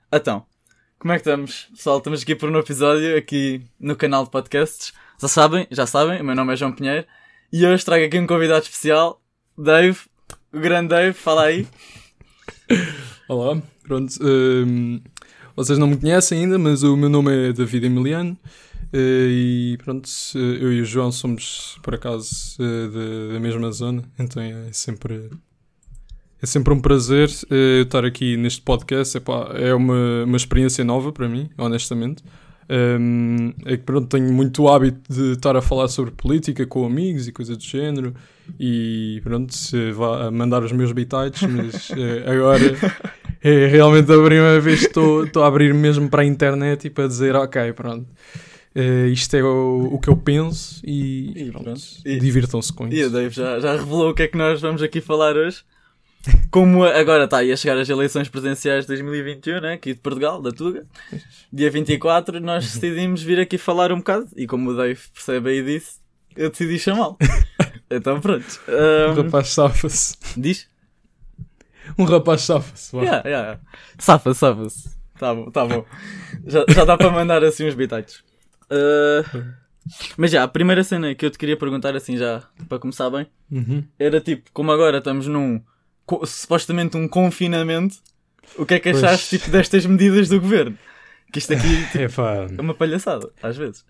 Então, como é que estamos? Pessoal, estamos aqui por um episódio aqui no canal de podcasts. Já sabem, o meu nome é João Pinheiro e hoje trago aqui um convidado especial, Dave, o grande Dave, fala aí. Olá, pronto, vocês não me conhecem ainda, mas o meu nome é David Emiliano e pronto, eu e o João somos por acaso da mesma zona, então é sempre um prazer eu estar aqui neste podcast. É uma experiência nova para mim, honestamente. É que pronto, tenho muito hábito de estar a falar sobre política com amigos e coisas do género e pronto, vá a mandar os meus bitites, mas agora é realmente a primeira vez que estou a abrir mesmo para a internet e para dizer ok, pronto, isto é o que eu penso e pronto, divirtam-se com isso. E o Dave já revelou o que é que nós vamos aqui falar hoje. Como agora está aí a chegar as eleições presidenciais de 2021, né, aqui de Portugal, da Tuga, dia 24, nós decidimos vir aqui falar um bocado, e como o Dave percebe aí disso, eu decidi chamá-lo. Então pronto. Um rapaz safa-se. Diz? Um rapaz safa-se. Yeah. Safa-se. Tá bom. Já dá para mandar assim uns bitites. Mas já, a primeira cena que eu te queria perguntar, assim já, para começar bem, era tipo, como agora estamos supostamente um confinamento, o que é que achaste tipo, destas medidas do governo? Que isto aqui tipo, é uma palhaçada, às vezes.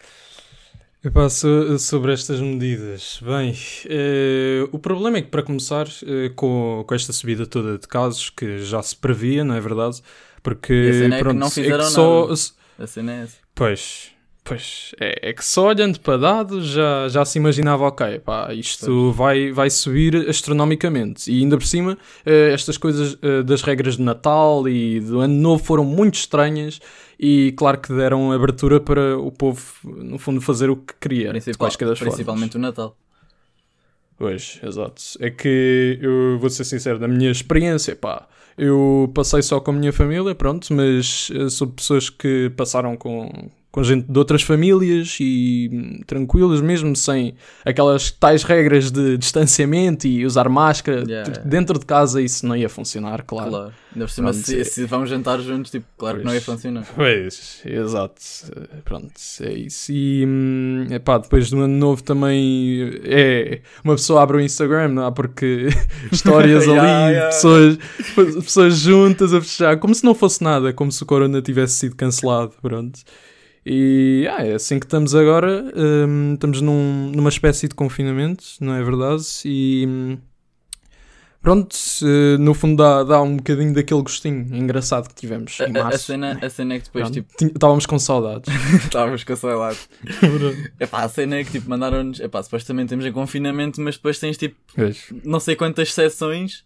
Sobre estas medidas, bem, o problema é que para começar com esta subida toda de casos, que já se previa, não é verdade? Porque e a cena pronto, é que não fizeram é que só... nada. A cena é essa. Pois, é que só olhando para dados já se imaginava, ok, pá, isto vai subir astronomicamente. E ainda por cima, estas coisas das regras de Natal e do Ano Novo foram muito estranhas e claro que deram abertura para o povo, no fundo, fazer o que queria. Principalmente o Natal. Pois, exato. É que eu vou ser sincero, da minha experiência, pá, eu passei só com a minha família, pronto, mas sou pessoas que passaram com gente de outras famílias e tranquilos mesmo, sem aquelas tais regras de distanciamento e usar máscara. Dentro de casa isso não ia funcionar, claro. Ainda por cima, se vamos jantar juntos, tipo, claro que não ia funcionar. Pois, exato. Pronto, é isso. E depois do ano novo também uma pessoa abre o Instagram, não há? Porque histórias ali, pessoas juntas a fechar, como se não fosse nada, como se o corona tivesse sido cancelado, pronto. E é assim que estamos agora, estamos numa espécie de confinamento, não é verdade? E pronto, no fundo dá um bocadinho daquele gostinho engraçado que tivemos em março. A cena é que depois tipo... Estávamos com saudades. Estávamos com saudades. A cena é que tipo mandaram-nos, supostamente temos em confinamento, mas depois tens tipo não sei quantas sessões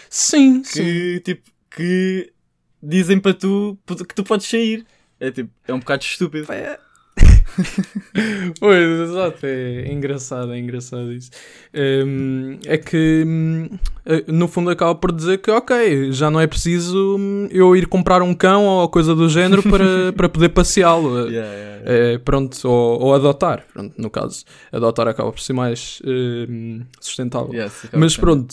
que dizem para tu que tu podes sair. É um bocado estúpido. Pois, exato, é engraçado isso. É que no fundo acaba por dizer que ok, já não é preciso eu ir comprar um cão ou coisa do género para poder passeá-lo. Pronto, ou adotar, pronto, no caso adotar acaba por ser mais sustentável. Mas pronto.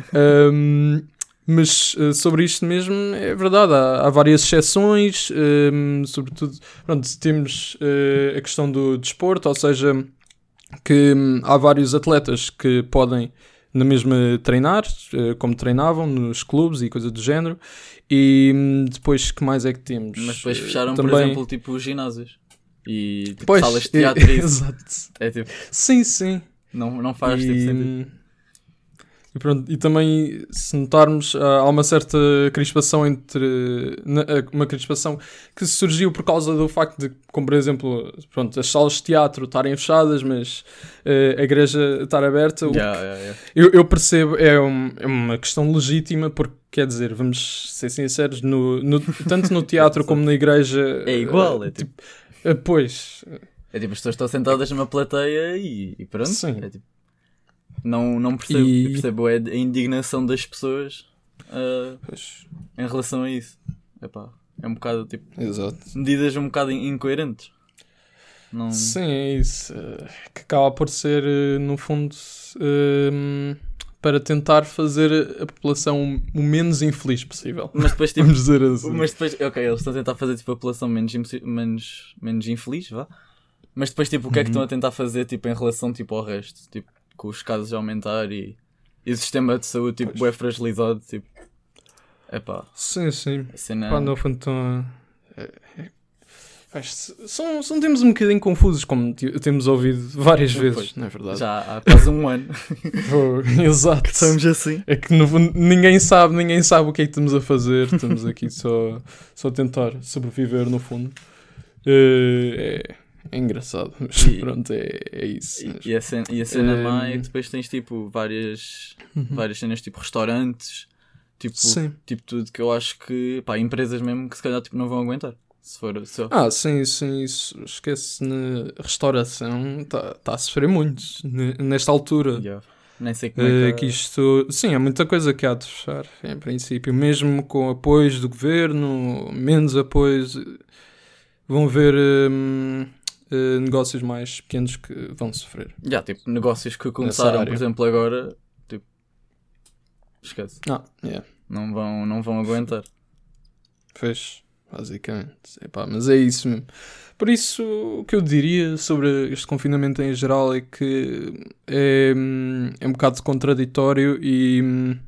Mas sobre isto mesmo, é verdade, há várias exceções, sobretudo, pronto, temos a questão do desporto, ou seja, que há vários atletas que podem na mesma treinar, como treinavam nos clubes e coisa do género, e depois que mais é que temos? Mas depois fecharam, também... por exemplo, tipo os ginásios e tipo, salas de teatro e isso. Exato. Tipo, sim. Não faz tipo sentido. E pronto, e também, se notarmos, há uma certa crispação uma crispação que surgiu por causa do facto de, como por exemplo, pronto, as salas de teatro estarem fechadas, mas a igreja estar aberta. Eu percebo, é uma questão legítima, porque quer dizer, vamos ser sinceros, tanto no teatro como na igreja... É igual, tipo... Pois... É tipo, as pessoas estão sentadas numa plateia e pronto. Sim. É tipo... Não percebo a indignação das pessoas em relação a isso. É um bocado tipo... Exato. Medidas um bocado incoerentes. Não... Sim, é isso. Que acaba por ser, no fundo, para tentar fazer a população o menos infeliz possível. Mas depois, tipo, vamos dizer assim. Mas depois, ok, eles estão a tentar fazer tipo a população menos infeliz, vá. Mas depois, tipo, o que é que estão a tentar fazer tipo, em relação tipo, ao resto? Tipo, com os casos a aumentar e o sistema de saúde tipo, é fragilizado, tipo. Epá. Sim. A cena... Pá, no fundo estão são temas um bocadinho confusos, como temos ouvido várias vezes, não é verdade? Já há quase um ano. Exato. Estamos assim. É que no fundo ninguém sabe o que é que estamos a fazer. Estamos aqui só a tentar sobreviver, no fundo. É engraçado, mas pronto, é isso. E a cena má é que depois tens tipo várias cenas, tipo restaurantes, tipo tudo que eu acho que, pá, empresas mesmo que se calhar tipo, não vão aguentar. Se for só. Sim, isso. Esquece, na restauração está a sofrer muito nesta altura. Yeah. Nem sei como é que isto... Sim, há muita coisa que há de fechar, em princípio. Mesmo com apoios do governo, menos apoios, vão haver negócios mais pequenos que vão sofrer. Tipo, negócios que começaram, por exemplo, agora, tipo, esquece. Não vão aguentar. Fez. Basicamente. Mas é isso mesmo. Por isso, o que eu diria sobre este confinamento em geral é que é um bocado contraditório e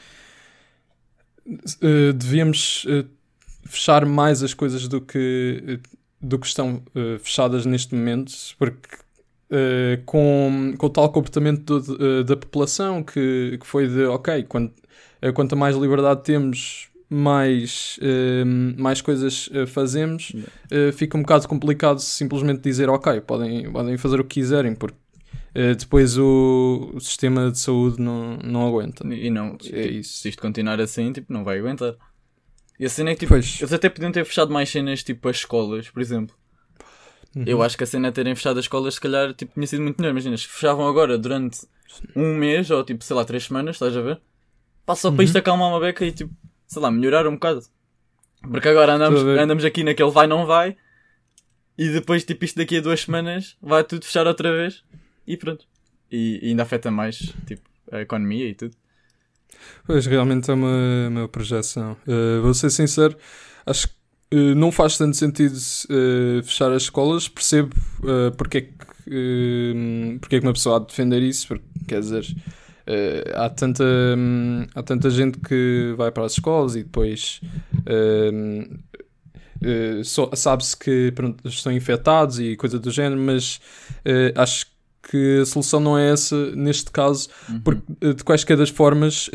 devíamos fechar mais as coisas do que estão fechadas neste momento, porque com o tal comportamento da população que foi de, ok, quanto mais liberdade temos, mais coisas fazemos, fica um bocado complicado simplesmente dizer ok, podem fazer o que quiserem, porque depois o sistema de saúde não aguenta. E não, é isso. Se isto continuar assim, tipo, não vai aguentar. E a cena é que tipo, eles até podiam ter fechado mais cenas, tipo as escolas, por exemplo. Eu acho que a cena de terem fechado as escolas, se calhar, tipo, tinha sido muito melhor. Imagina, se fechavam agora durante um mês, ou tipo, sei lá, 3 semanas, estás a ver? Passa só para isto acalmar uma beca e tipo, sei lá, melhorar um bocado. Porque agora andamos aqui naquele vai não vai, e depois tipo isto daqui a 2 semanas vai tudo fechar outra vez e pronto. E ainda afeta mais tipo, a economia e tudo. Pois, realmente é uma projeção. Vou ser sincero, acho que não faz tanto sentido fechar as escolas. Percebo porque é que uma pessoa há de defender isso, porque quer dizer... há tanta gente que vai para as escolas e depois sabe-se que pronto, estão infectados e coisa do género, mas acho que a solução não é essa neste caso, porque de quaisquer das formas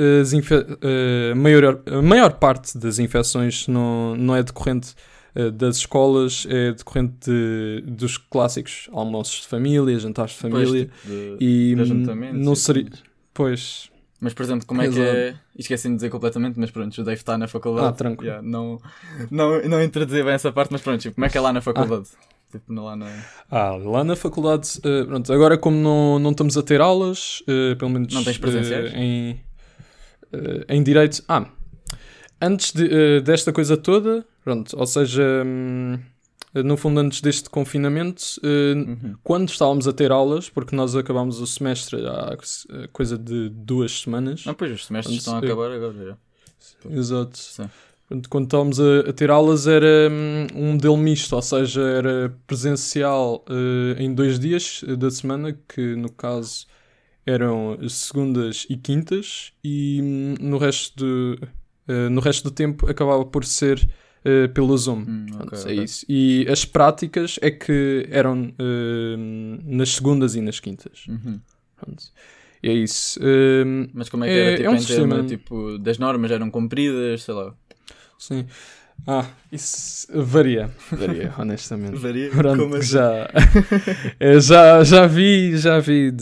a maior parte das infecções não é decorrente das escolas, é decorrente dos clássicos almoços de família, jantares de família, e não seria... Pois. Mas, por exemplo, como é que é... Esqueci de dizer completamente, mas pronto, o Dave está na faculdade. Tranquilo. Yeah, não introduzir bem essa parte, mas pronto, tipo, como é que é lá na faculdade? Tipo, lá lá na faculdade, pronto, agora como não estamos a ter aulas, pelo menos... Não tens presenciais? Em direito... antes desta coisa toda, pronto, ou seja... no fundo, antes deste confinamento, quando estávamos a ter aulas, porque nós acabámos o semestre há coisa de 2 semanas. Pois, os semestres estão a acabar agora. Exato. Quando estávamos a ter aulas era um modelo misto, ou seja, era presencial em 2 dias da semana, que no caso eram segundas e quintas, e no resto do tempo acabava por ser... pelo Zoom. É isso. E as práticas é que eram nas segundas e nas quintas. E é isso. Mas como é que era? Tipo, em termos tipo, das normas eram cumpridas, sei lá. Sim. Isso varia, honestamente. Varia? Pronto, como assim? já vi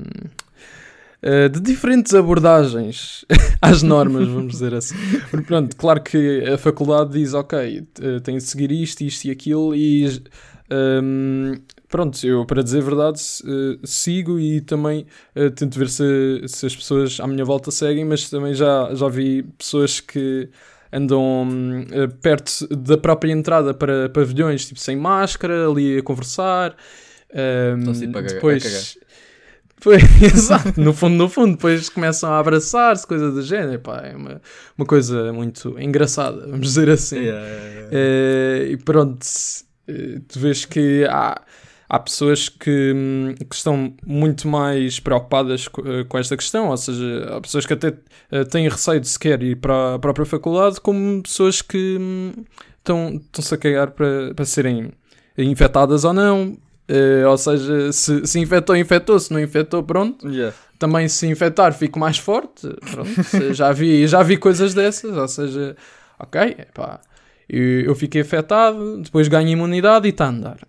de diferentes abordagens às normas, vamos dizer assim. Porque, pronto, claro que a faculdade diz, ok, tem de seguir isto e aquilo, e pronto, eu, para dizer a verdade, sigo e também tento ver se as pessoas à minha volta seguem, mas também já vi pessoas que andam perto da própria entrada para pavilhões, tipo, sem máscara, ali a conversar. Estão-se a cagar. Foi, exato, no fundo, depois começam a abraçar-se, coisa do género, pá, é uma coisa muito engraçada, vamos dizer assim. E pronto, tu vês que há pessoas que estão muito mais preocupadas com esta questão, ou seja, há pessoas que até têm receio de sequer ir para a própria faculdade, como pessoas que estão-se a cagar para serem infectadas ou não. Ou seja, se infectou, infectou, se não infectou, pronto. Também se infectar, fico mais forte. Pronto. já vi coisas dessas, ou seja, ok, pá, eu fiquei afetado, depois ganho imunidade e está a andar.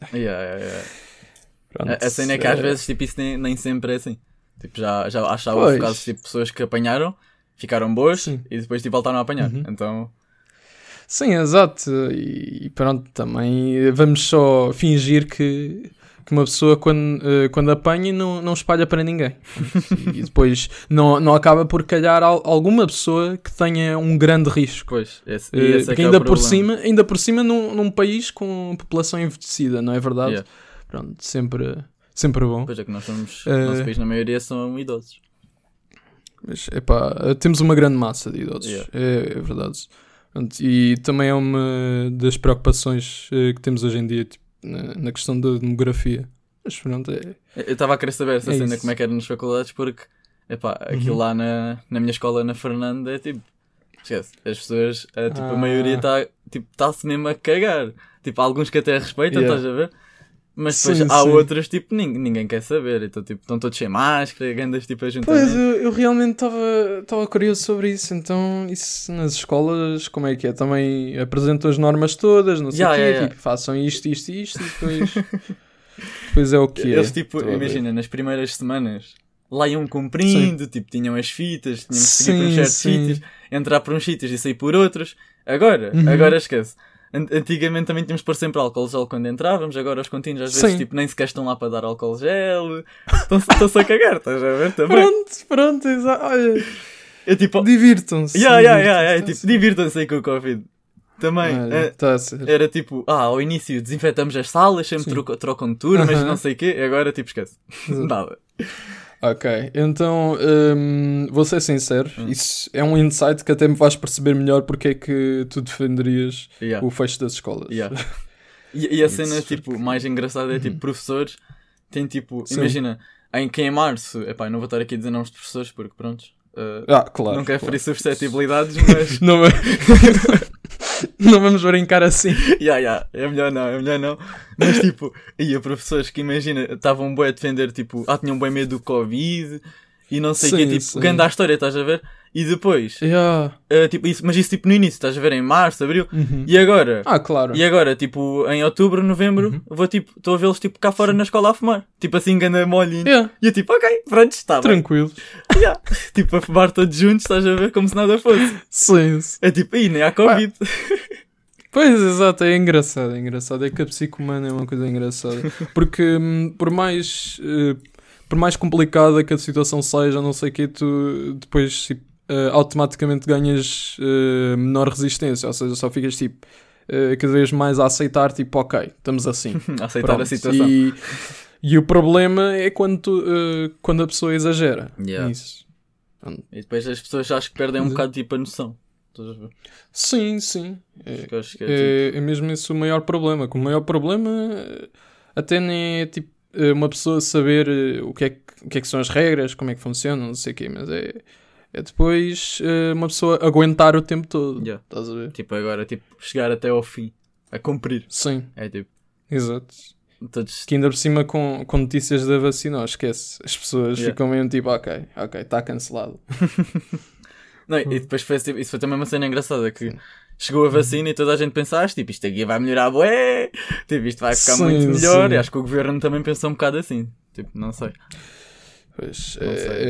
Pronto, a cena é que às vezes tipo, isso nem sempre é assim. Tipo, já houve casos de tipo, pessoas que apanharam, ficaram boas e depois tipo, voltaram a apanhar. Então... Sim, exato. E pronto, também vamos só fingir que uma pessoa quando apanha não espalha para ninguém. E depois não acaba por calhar alguma pessoa que tenha um grande risco. Pois, porque ainda por cima num país com população envelhecida, não é verdade? Pronto, sempre bom. Pois é que nós somos, nosso país na maioria são idosos. Mas, temos uma grande massa de idosos, é verdade. Pronto, e também é uma das preocupações que temos hoje em dia, tipo, na questão da demografia. Mas pronto, eu estava a querer saber essa cena, como é que era nas faculdades, porque aquilo lá na minha escola, na Fernanda, é tipo, esquece, as pessoas, tipo, a maioria está-se mesmo a cagar. Tipo, há alguns que até respeitam, estás a ver? Mas depois há outros, tipo, ninguém quer saber. Então, tipo, estão todos sem máscara, grandes, tipo, ajuntamento. Pois, eu realmente estava curioso sobre isso. Então, isso nas escolas, como é que é? Também apresentam as normas todas, não sei o quê. Tipo, façam isto, e depois... depois é o que é. Eles, tipo, imagina, nas primeiras semanas, lá iam cumprindo, tipo, tinham as fitas, tinham que seguir por uns certos sítios, entrar por uns sítios e sair por outros. Agora esquece. Antigamente também tínhamos de pôr sempre álcool gel quando entrávamos, agora os contínuos às vezes tipo, nem sequer estão lá para dar álcool gel, estão-se a cagar, estás a ver também? Pronto, exato. Olha, tipo, divirtam-se. Tipo, divirtam-se aí com o Covid. Também, era tipo, ao início desinfetamos as salas, sempre trocam de turmas, não sei o quê, e agora tipo, esquece, nada. Ok, então vou ser sincero, isso é um insight que até me faz perceber melhor porque é que tu defenderias o fecho das escolas. E a cena tipo, mais engraçada é tipo, professores têm tipo, imagina, em março, não vou estar aqui a dizer nomes de professores porque prontos, claro, não quero ferir suscetibilidades, mas... Não vamos brincar assim. É melhor não. Mas tipo, a professores que imagina, estavam bem a defender, tipo, tinham bem medo do Covid e não sei o que, tipo, grande a história, estás a ver? E depois, tipo, mas isso tipo no início, estás a ver, em março, abril, e agora? Claro. E agora, tipo, em outubro, novembro, estou a vê-los tipo cá fora na escola a fumar, tipo assim, ganda molhinho. E eu tipo, ok, pronto, está bem. Tranquilo. Tipo, a fumar todos juntos, estás a ver, como se nada fosse. Sim. É tipo, nem há Covid. Pois, exato, é engraçado. É que a psique humana é uma coisa engraçada. Porque por mais complicada que a situação seja, não sei o que, tu depois tipo, automaticamente ganhas menor resistência. Ou seja, só ficas tipo cada vez mais a aceitar, tipo, ok, estamos assim. Aceitar pronto. A situação. E o problema é quando a pessoa exagera nisso. E depois as pessoas acho que perdem um bocado tipo a noção. Sim. É mesmo esse o maior problema. O maior problema até nem é tipo uma pessoa saber o que é que são as regras, como é que funcionam, não sei o quê, mas é depois uma pessoa aguentar o tempo todo. Estás a ver? Tipo agora, tipo, chegar até ao fim, a cumprir. Sim. É tipo. Exato. Que ainda por cima com notícias da vacina, esquece. As pessoas ficam mesmo tipo, ok, está cancelado. Não, e depois isso foi também uma cena engraçada que chegou a vacina e toda a gente pensaste, tipo, isto aqui vai melhorar, bué, tipo, isto vai ficar muito melhor. E acho que o governo também pensou um bocado assim, tipo, não sei. Pois,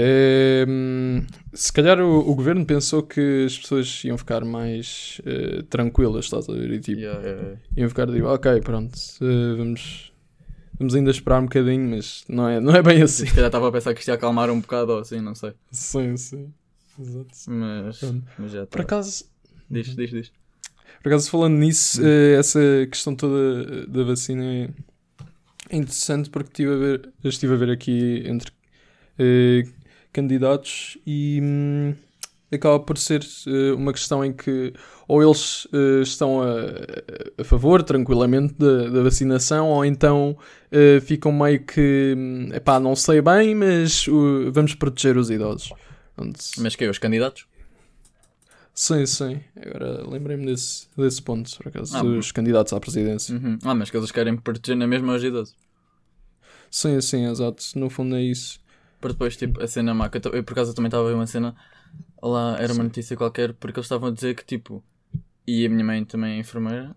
se calhar o governo pensou que as pessoas iam ficar mais tranquilas, estás a ver? E tipo, iam ficar tipo, ok, pronto, vamos ainda esperar um bocadinho, mas não é bem assim. Se calhar estava a pensar que isto ia acalmar um bocado ou assim, não sei. Sim. Exato. Mas já está. Por acaso... Diz. Por acaso, falando nisso, essa questão toda da vacina é interessante porque estive a ver aqui candidatos e acaba por ser uma questão em que ou eles estão a favor tranquilamente da vacinação, ou então ficam meio que não sei bem, mas vamos proteger os idosos. Mas que é, os candidatos? Sim. Agora lembrei-me desse ponto, por acaso, dos candidatos à presidência. Uhum. Mas que eles querem proteger na mesma os idosos. Sim, exato. No fundo é isso. Por depois, tipo, a cena má, que eu por acaso também estava a ver uma cena, lá era uma notícia qualquer, porque eles estavam a dizer que, tipo, e a minha mãe também é enfermeira,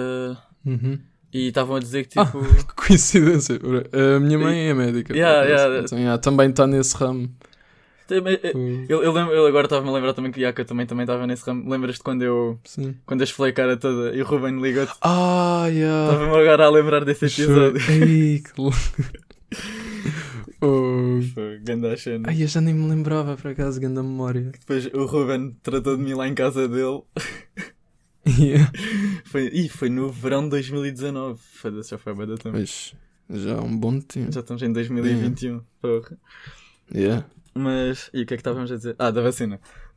e estavam a dizer que, tipo... que coincidência, a minha mãe é médica. Então, também está nesse ramo. Eu agora estava-me a lembrar também que eu também estava nesse ramo. Lembras-te quando eu esfolei a cara toda e o Ruben ligou-te? Estava-me agora a lembrar desse episódio. Ai, que louco. Foi grande cena. Eu já nem me lembrava, por acaso, grande memória. Depois o Ruben tratou de mim lá em casa dele. Foi no verão de 2019. Já foi bem também. Pois, já há um bom tempo. Já estamos em 2021. Porra. Mas, e o que é que estávamos a dizer? Da vacina.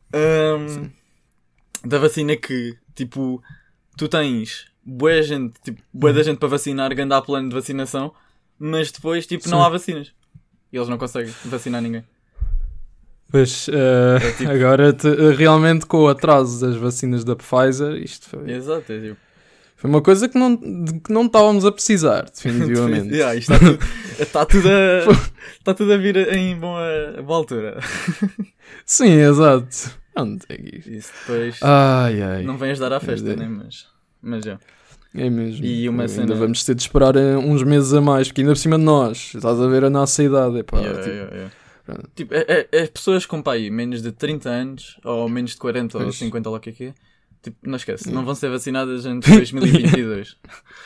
Da vacina que, tipo, tu tens bué da gente para vacinar, gandar plano de vacinação, mas depois, tipo, não há vacinas. E eles não conseguem vacinar ninguém. Pois, agora, realmente, com o atraso das vacinas da Pfizer, isto foi... Exato, é tipo... Foi uma coisa que não estávamos a precisar, definitivamente. Isto está tudo a vir em boa altura. Sim, exato. Onde é que isso depois não vem ajudar à festa, né? Mas já. É mesmo. E uma cena... Ainda vamos ter de esperar uns meses a mais, porque ainda por cima de nós, estás a ver a nossa idade. Tipo, é pessoas com pai menos de 30 anos, ou menos de 40 ou 50, ou o que é. Tipo, não esquece, não vão ser vacinadas antes de 2022.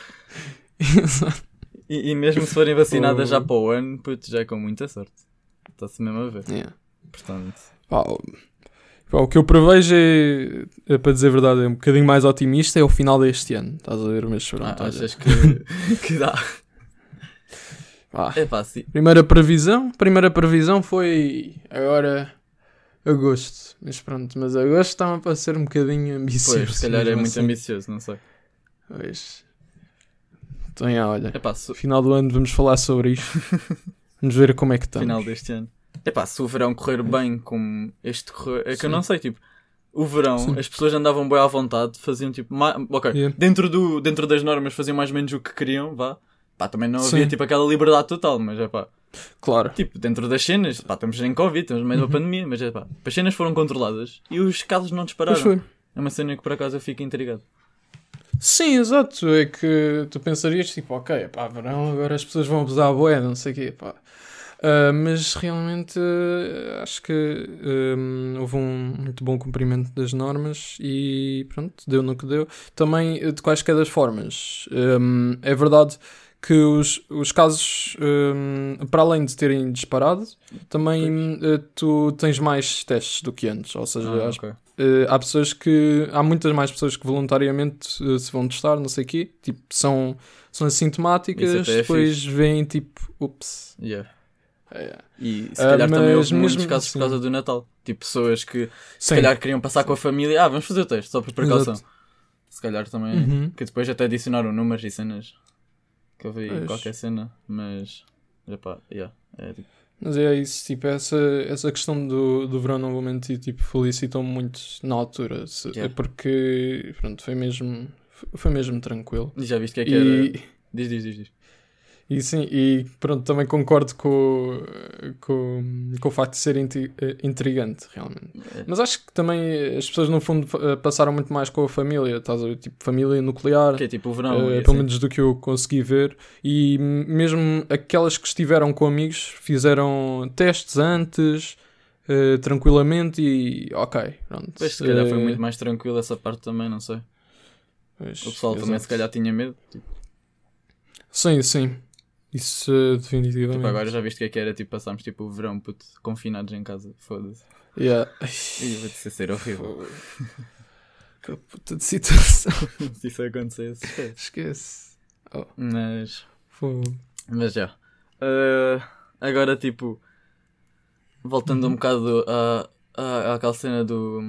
e mesmo se forem vacinadas já para o ano, já é com muita sorte. Está-se mesmo a ver. Portanto... O que eu prevejo para dizer a verdade, é um bocadinho mais otimista, é o final deste ano. Estás a ver, mas pronto. Achas que dá? Sim. Primeira previsão foi agora... agosto, mas agosto está-me a ser um bocadinho ambicioso. Pois, se calhar é muito ambicioso, não sei. Pois. Então, olha, final do ano vamos falar sobre isto. Vamos ver como é que estamos. Final deste ano. Se o verão correr bem como este correr... É que eu não sei, tipo... O verão, as pessoas andavam bem à vontade, faziam tipo... Dentro das normas faziam mais ou menos o que queriam, vá. Também não havia tipo aquela liberdade total, mas claro. Tipo, dentro das cenas, estamos em Covid, estamos no meio da pandemia, mas as cenas foram controladas e os casos não dispararam. É uma cena que por acaso eu fico intrigado. Sim, exato. É que tu pensarias, tipo, verão, agora as pessoas vão abusar a bué, não sei o quê, mas realmente acho que houve um muito bom cumprimento das normas e pronto, deu no que deu. Também, de quaisquer das formas, é verdade que os casos, para além de terem disparado, também tu tens mais testes do que antes. Ou seja, há muitas mais pessoas que voluntariamente se vão testar, não sei o quê, tipo, são assintomáticas, depois veem tipo, ups. E se calhar também houve muitos casos por causa do Natal. Tipo, pessoas que se calhar queriam passar com a família, vamos fazer o teste, só por precaução. Exato. Se calhar também, que depois até adicionaram números e cenas. Que eu vi qualquer cena, mas tipo... Mas é isso, tipo, essa questão do verão, não vou mentir, tipo, felicitou-me muito na altura, porque, pronto, foi mesmo tranquilo. E já viste o que é que era? Diz. E sim, e pronto, também concordo com o facto de ser intrigante, realmente. Mas acho que também as pessoas, no fundo, passaram muito mais com a família, estás a ver? Tipo, família nuclear. Que é tipo o verão. Pelo menos do que eu consegui ver. E mesmo aquelas que estiveram com amigos fizeram testes antes, tranquilamente, e pronto. Pois, se calhar foi muito mais tranquilo essa parte também, não sei. Pois, o pessoal também se calhar tinha medo. Tipo. Sim. Isso definitivamente. Tipo, agora já viste o que era, tipo, passámos tipo o verão confinados em casa, foda-se. E vai-te ser horrível. Que puta de situação. Se isso acontecesse, esquece. Mas já. Agora, tipo, voltando um bocado àquela cena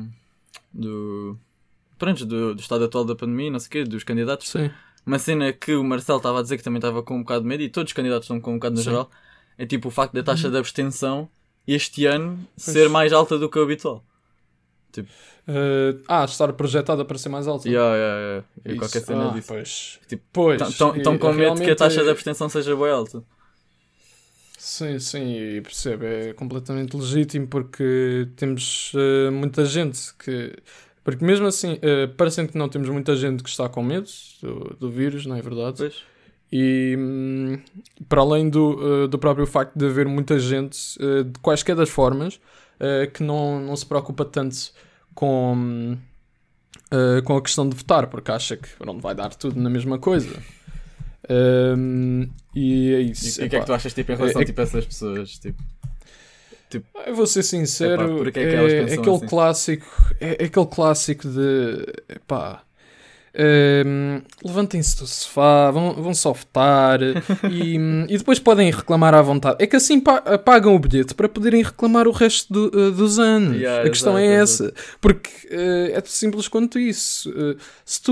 pronto, do estado atual da pandemia, não sei o quê, dos candidatos. Sim. Uma cena que o Marcelo estava a dizer que também estava com um bocado de medo, e todos os candidatos estão com um bocado no geral, é tipo o facto da taxa de abstenção este ano ser mais alta do que o habitual. Tipo... estar projetada para ser mais alta. Yeah. Qualquer cena disso. Pois. Estão com medo que a taxa de abstenção seja bem alta. Sim, e percebo, é completamente legítimo porque temos muita gente que... Porque mesmo assim, parecendo que não, temos muita gente que está com medo do vírus, não é verdade? Pois. E para além do próprio facto de haver muita gente, de quaisquer das formas, que não se preocupa tanto com a questão de votar, porque acha que pronto, vai dar tudo na mesma coisa. E é isso. E o que é que tu achas tipo, em relação a essas pessoas? Eu vou ser sincero, porque é que elas pensam aquele assim? clássico, aquele clássico de levantem-se do sofá, vão só votar e depois podem reclamar à vontade. É que assim pagam o bilhete para poderem reclamar o resto dos anos. A questão é essa. Porque é simples quanto isso. Se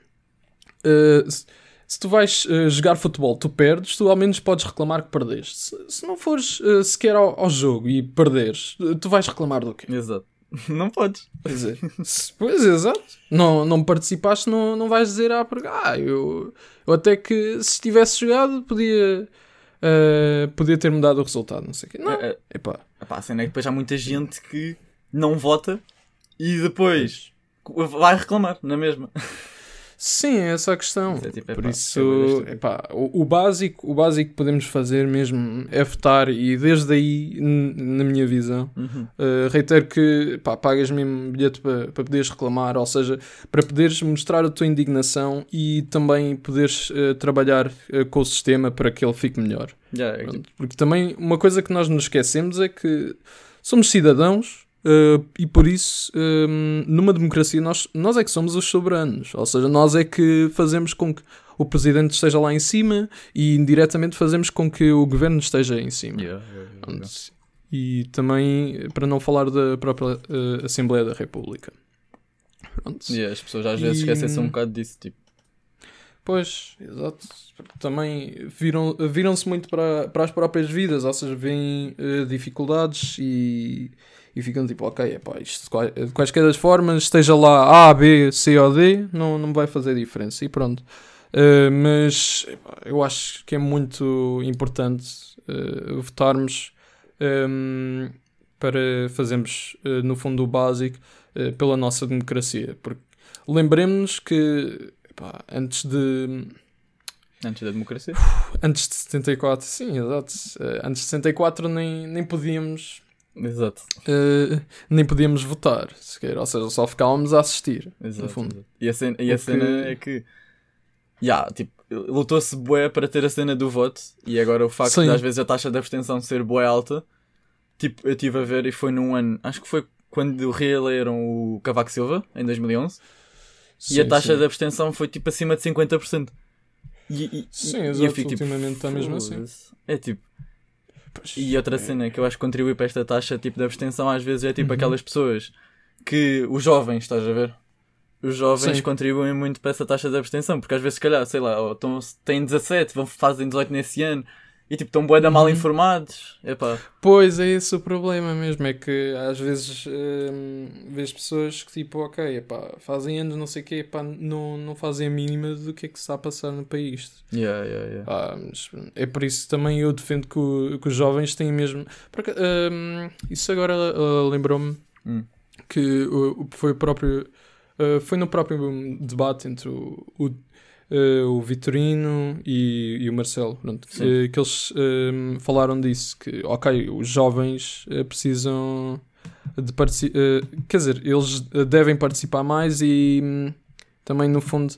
tu vais jogar futebol, tu perdes, tu ao menos podes reclamar que perdeste. Se não fores sequer ao jogo e perderes, tu vais reclamar do quê? Exato. Não podes. Quer dizer, pois, exato. Não participaste, não vais dizer porque eu até que se tivesse jogado podia ter mudado o resultado, não sei o quê. Não, a cena é que depois há muita gente que não vota e depois vai reclamar, na mesma. Sim, é essa a questão. Por isso, o básico que podemos fazer mesmo é votar e desde aí, na minha visão, reitero que pagas mesmo bilhete para poderes reclamar, ou seja, para poderes mostrar a tua indignação e também poderes trabalhar com o sistema para que ele fique melhor. Porque também uma coisa que nós nos esquecemos é que somos cidadãos. E por isso, numa democracia, nós é que somos os soberanos. Ou seja, nós é que fazemos com que o presidente esteja lá em cima e indiretamente fazemos com que o governo esteja em cima. E também, para não falar da própria Assembleia da República. As pessoas às vezes esquecem-se um bocado disso. Tipo. Pois, exato. Também viram-se muito para as próprias vidas, ou seja, veem dificuldades e ficam tipo, isto de quaisquer das formas, esteja lá A, B, C ou D, não vai fazer diferença. E pronto. Mas eu acho que é muito importante votarmos para fazermos, no fundo, o básico pela nossa democracia. Porque lembremos-nos que antes da democracia? Antes de 74, sim, exato. Antes de 74 nem podíamos... Exato. Nem podíamos votar sequer, ou seja, só ficávamos a assistir. Exato, no fundo. Exato. E a cena é que lutou-se bué para ter a cena do voto, e agora o facto de às vezes a taxa de abstenção ser bué alta, tipo, eu estive a ver e foi num ano, acho que foi quando reeleram o Cavaco Silva em 2011, e a taxa de abstenção foi tipo acima de 50%. Sim, exato, eu fico, ultimamente está mesmo assim. É tipo. E outra cena que eu acho que contribui para esta taxa tipo de abstenção às vezes é tipo aquelas pessoas que, os jovens, estás a ver? Os jovens contribuem muito para essa taxa de abstenção, porque às vezes se calhar, sei lá, têm 17, fazem 18 nesse ano e tipo estão bué da mal informados. Pois é esse o problema mesmo, é que às vezes vês pessoas que tipo, fazem anos não sei o quê, não fazem a mínima do que é que se está a passar no país. Mas é por isso também eu defendo que os jovens têm mesmo... Porque, isso agora lembrou-me que foi no próprio debate entre o Vitorino e o Marcelo, pronto, que eles falaram disso, que os jovens precisam de participar, quer dizer, eles devem participar mais e também no fundo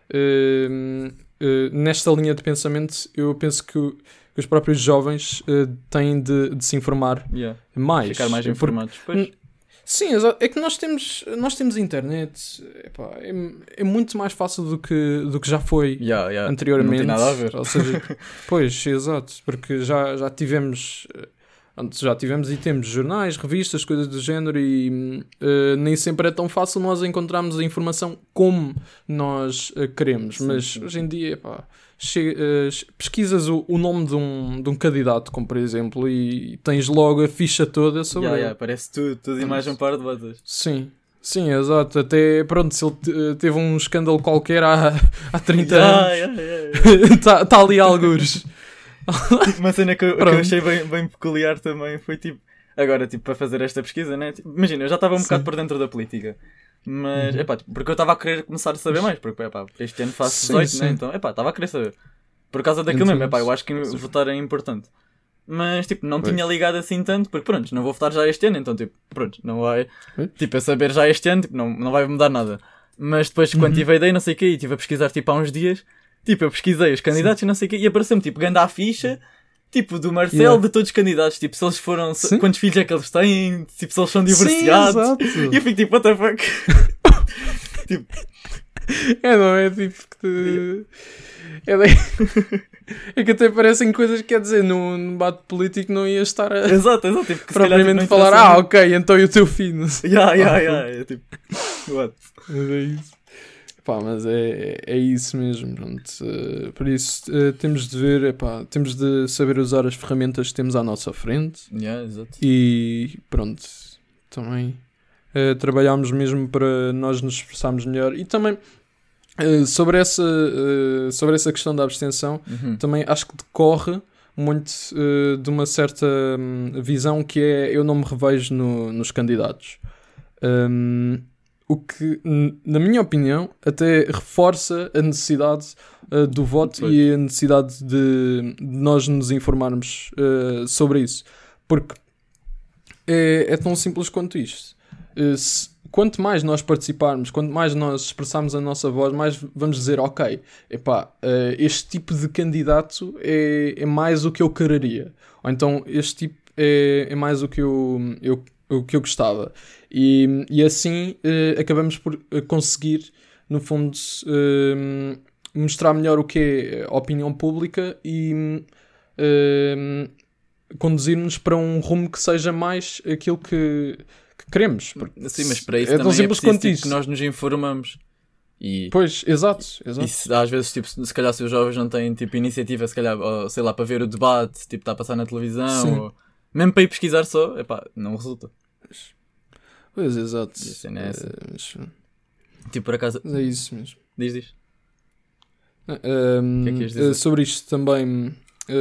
nesta linha de pensamento eu penso que os próprios jovens têm de se informar mais. Ficar mais informados. Sim, é que nós temos internet, é muito mais fácil do que já foi anteriormente. Não tem nada a ver. Ou seja, pois, exato, porque já tivemos pronto, já tivemos e temos jornais, revistas, coisas do género e nem sempre é tão fácil nós encontrarmos a informação como nós queremos. Sim, mas sim. hoje em dia, pá, pesquisas o nome de um candidato, como por exemplo, e tens logo a ficha toda sobre ele. Parece tudo e mais um par de botas. Sim. Sim, exato. Até, pronto, se ele teve um escândalo qualquer há 30 anos, está ali algures. Uma cena que eu achei bem peculiar também foi tipo, agora tipo para fazer esta pesquisa, né? Tipo, imagina, eu já estava um bocado por dentro da política, mas porque eu estava a querer começar a saber mais, porque este ano faço 18, né? Então estava a querer saber por causa daquilo mesmo, eu acho que votar é importante, mas tipo, não tinha ligado assim tanto, porque pronto, não vou votar já este ano, então tipo, pronto, não vai, tipo, a saber já este ano, tipo, não vai mudar nada, mas depois quando tive a ideia, não sei o quê, e estive a pesquisar tipo há uns dias. Tipo, eu pesquisei os candidatos e não sei o quê, e apareceu-me, tipo, ganda a ficha, tipo, do Marcelo, de todos os candidatos, tipo, se eles foram, quantos filhos é que eles têm, tipo, se eles são divorciados, e eu fico tipo, what the fuck? Tipo... não é tipo que... É que até parecem coisas que, quer dizer, num debate político não ia estar a... Exato, tipo, que propriamente tipo, falar, ok, então e o teu filho? É tipo, what? Mas é isso. Pá, mas é isso mesmo, pronto. Por isso temos de ver, temos de saber usar as ferramentas que temos à nossa frente. Exato. E pronto, também trabalhámos mesmo para nós nos expressarmos melhor. E também sobre essa questão da abstenção, também acho que decorre muito de uma certa visão que é, eu não me revejo nos candidatos. O que, na minha opinião, até reforça a necessidade do voto e a necessidade de nós nos informarmos sobre isso. Porque é tão simples quanto isto. Quanto mais nós participarmos, quanto mais nós expressarmos a nossa voz, mais vamos dizer, ok, este tipo de candidato é mais o que eu quereria. Ou então, este tipo é mais o que eu gostava. E assim acabamos por conseguir, no fundo, mostrar melhor o que é a opinião pública e conduzir-nos para um rumo que seja mais aquilo que queremos. Sim, mas para isso também é preciso tipo, que nós nos informamos. Pois, exato. E às vezes, tipo, se calhar se os jovens não têm tipo, iniciativa, se calhar, ou, sei lá, para ver o debate, tipo, está a passar na televisão, ou mesmo para ir pesquisar só, não resulta. Pois, exato. Tipo, por acaso... É isso mesmo. Diz. O que é que ias dizer? Sobre isto também...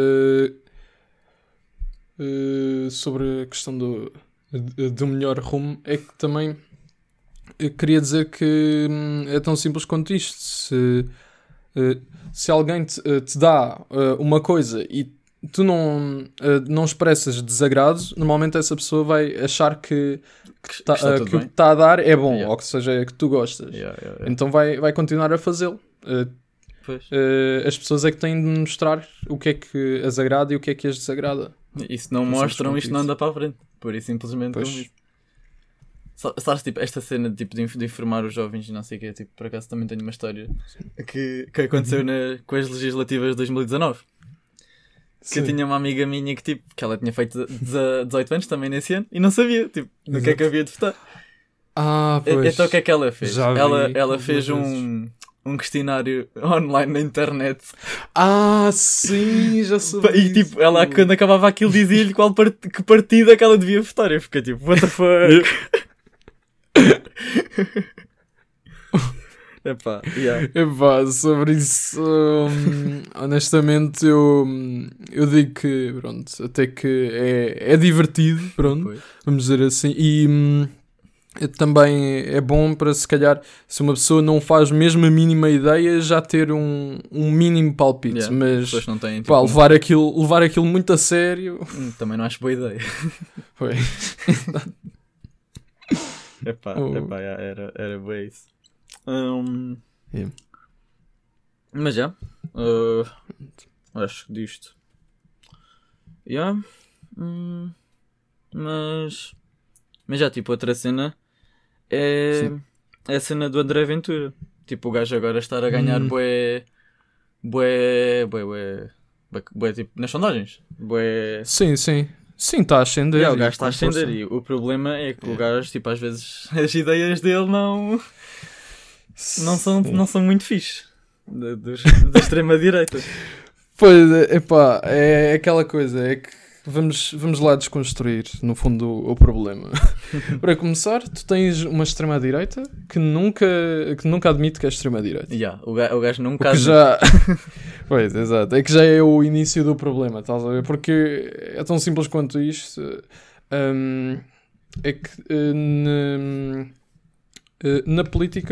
sobre a questão do melhor rumo, é que também eu queria dizer que é tão simples quanto isto. Se alguém te dá uma coisa e tu não expressas desagrado, normalmente essa pessoa vai achar que o que está a dar é bom, ou que seja, que tu gostas. Então vai continuar a fazê-lo. As pessoas é que têm de mostrar o que é que as agrada e o que é que as desagrada. E se não mostram, isto não anda para a frente. Por isso, simplesmente, sabes, tipo, esta cena tipo, de informar os jovens e não sei o quê, tipo, por acaso também tenho uma história que aconteceu com as legislativas de 2019. Que eu tinha uma amiga minha que ela tinha feito 18 anos também nesse ano e não sabia, tipo, no que é que havia de votar. Então o que é que ela fez? Ela fez um questionário online na internet. Sim, já soube. E tipo, ela quando acabava aquilo dizia-lhe que partido é que ela devia votar. Eu fiquei tipo, what the fuck? Sobre isso, honestamente, eu digo que, pronto, até que é divertido, pronto, vamos dizer assim, e também é bom para, se calhar, se uma pessoa não faz mesmo a mínima ideia, já ter um mínimo palpite, mas não têm, tipo, levar aquilo muito a sério... Também não acho boa ideia. Era boa isso. Mas acho que disto mas já tipo outra cena é a cena do André Ventura, tipo o gajo agora estar a ganhar bué tipo nas sondagens, bué... sim Sim, está a ascender. O gajo está a ascender e o problema é que o gajo, tipo, às vezes as ideias dele não são muito fixe. Da extrema-direita. Pois, epá, é aquela coisa, é que vamos lá desconstruir, no fundo, o problema. Para começar, tu tens uma extrema-direita que nunca admite que é extrema-direita. O gajo nunca admite. Já... Pois, exato. É que já é o início do problema, estás a ver? Porque é tão simples quanto isto. É que na política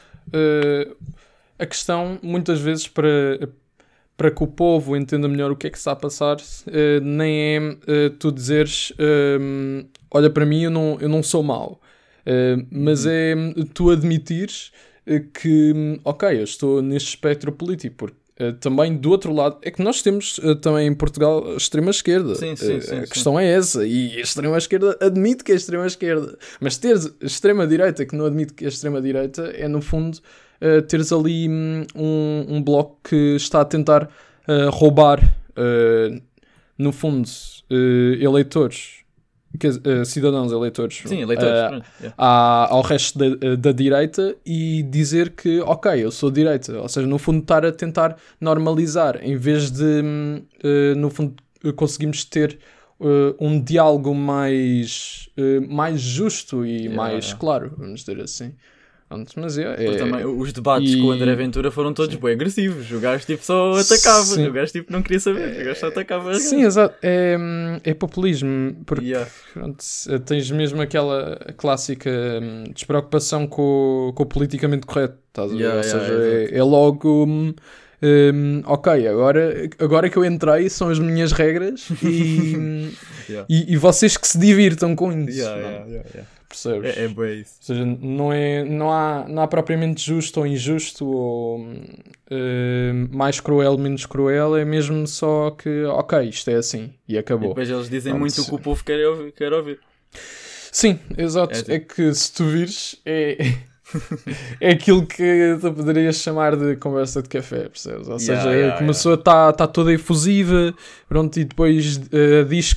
a questão, muitas vezes, para que o povo entenda melhor o que é que está a passar, nem é tu dizeres olha, para mim eu não sou mau, mas é tu admitires que ok, eu estou neste espectro político, porque também do outro lado é que nós temos também em Portugal a extrema-esquerda. Sim, a questão é essa, e a extrema-esquerda admite que é extrema-esquerda, mas ter extrema-direita que não admite que é extrema-direita é no fundo teres ali um bloco que está a tentar roubar no fundo eleitores, cidadãos eleitores, sim, eleitores ao resto da direita, e dizer que ok, eu sou direita, ou seja, no fundo estar a tentar normalizar, em vez de no fundo conseguimos ter um diálogo mais justo e mais claro, vamos dizer assim. Mas também, os debates com o André Ventura foram todos bem agressivos. O gajo tipo só atacava. Sim. O gajo tipo não queria saber. O gajo só atacava. Sim, exato. É populismo. Porque pronto, tens mesmo aquela clássica despreocupação com o politicamente correto. Estás a ver? Ou seja, é logo... ok, agora que eu entrei são as minhas regras e vocês que se divirtam com isso. Percebes? É bem isso. Ou seja, não há propriamente justo ou injusto, ou mais cruel, menos cruel, é mesmo só que, ok, isto é assim, e acabou. E depois eles dizem muito o que o povo quer ouvir. Sim, exato. É que se tu vires, é aquilo que tu poderias chamar de conversa de café, percebes? Ou seja, começou a estar toda efusiva, pronto, e depois diz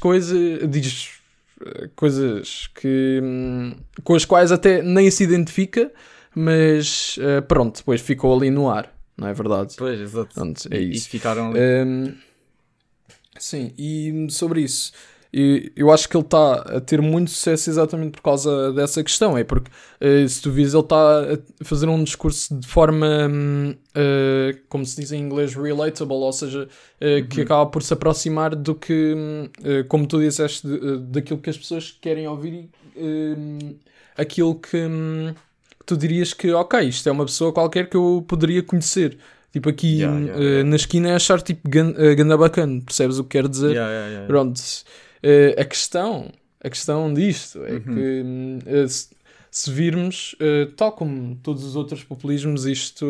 coisas com as quais até nem se identifica, mas pronto, depois ficou ali no ar, não é verdade? Pois, exato. Pronto, é isso. E ficaram ali. Sim, e sobre isso, eu acho que ele está a ter muito sucesso exatamente por causa dessa questão. É porque, se tu vires, ele está a fazer um discurso de forma, como se diz em inglês, relatable, ou seja, que acaba por se aproximar do que, como tu disseste, daquilo que as pessoas querem ouvir, aquilo que tu dirias que, ok, isto é uma pessoa qualquer que eu poderia conhecer. Tipo, aqui na esquina é achar tipo ganda bacana, percebes o que quero dizer? Pronto. A questão disto é que se virmos, tal como todos os outros populismos, isto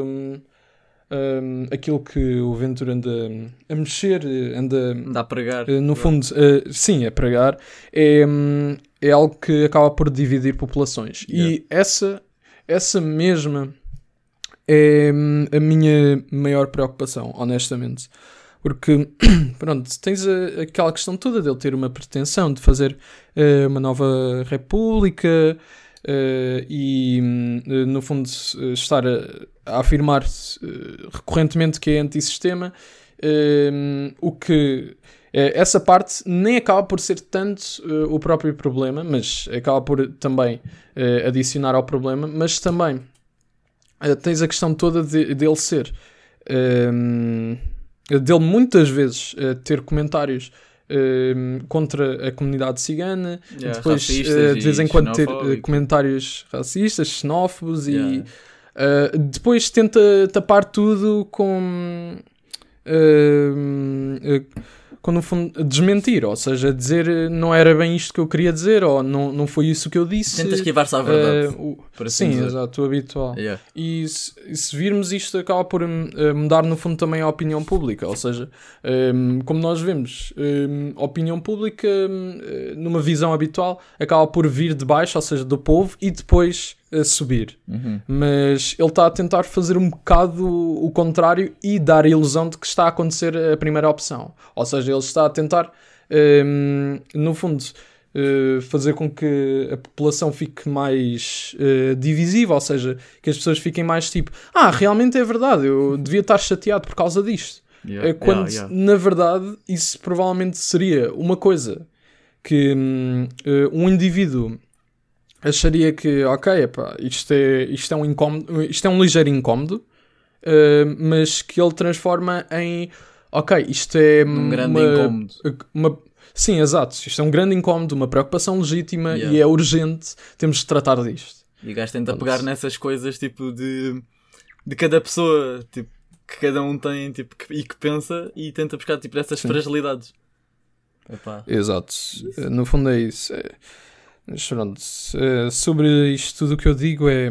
aquilo que o Ventura anda a mexer, anda a pregar, no fundo, sim, a pregar, é algo que acaba por dividir populações. E essa mesma é a minha maior preocupação, honestamente. Porque, pronto, tens aquela questão toda dele ter uma pretensão de fazer uma nova república e, no fundo, estar a afirmar recorrentemente que é antissistema, o que... essa parte nem acaba por ser tanto o próprio problema, mas acaba por também adicionar ao problema, mas também tens a questão toda dele ser... dele muitas vezes ter comentários contra a comunidade cigana, depois de vez em quando ter comentários racistas, xenófobos e depois tenta tapar tudo com no fundo desmentir, ou seja, dizer não era bem isto que eu queria dizer, ou não foi isso que eu disse. Tenta esquivar-se à verdade. Sim, exato, o habitual. E se virmos isto, acaba por mudar no fundo também a opinião pública, ou seja, como nós vemos, a opinião pública numa visão habitual acaba por vir de baixo, ou seja, do povo, e depois subir. Mas ele está a tentar fazer um bocado o contrário e dar a ilusão de que está a acontecer a primeira opção. Ou seja, ele está a tentar no fundo, fazer com que a população fique mais divisível, ou seja, que as pessoas fiquem mais tipo, realmente é verdade, eu devia estar chateado por causa disto. Quando, na verdade, isso provavelmente seria uma coisa que um indivíduo acharia que, ok, epá, isto é um incómodo, isto é um ligeiro incómodo, mas que ele transforma em, ok, isto é um grande incómodo. Sim, exato. Isto é um grande incómodo, uma preocupação legítima e é urgente, temos de tratar disto. E o gajo tenta pegar nessas coisas, tipo, de cada pessoa, tipo, que cada um tem, tipo, e que pensa, e tenta buscar, tipo, essas fragilidades. Epá. Exato. No fundo é isso. Mas pronto, sobre isto tudo o que eu digo é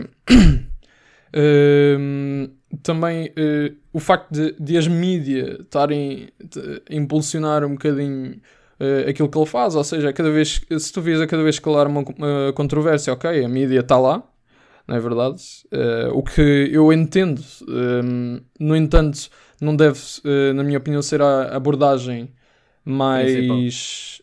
também o facto de as mídias estarem a impulsionar um bocadinho aquilo que ele faz, ou seja, se tu vês a cada vez que calar uma controvérsia, ok, a mídia está lá, não é verdade? O que eu entendo, no entanto, não deve, na minha opinião, ser a abordagem mais...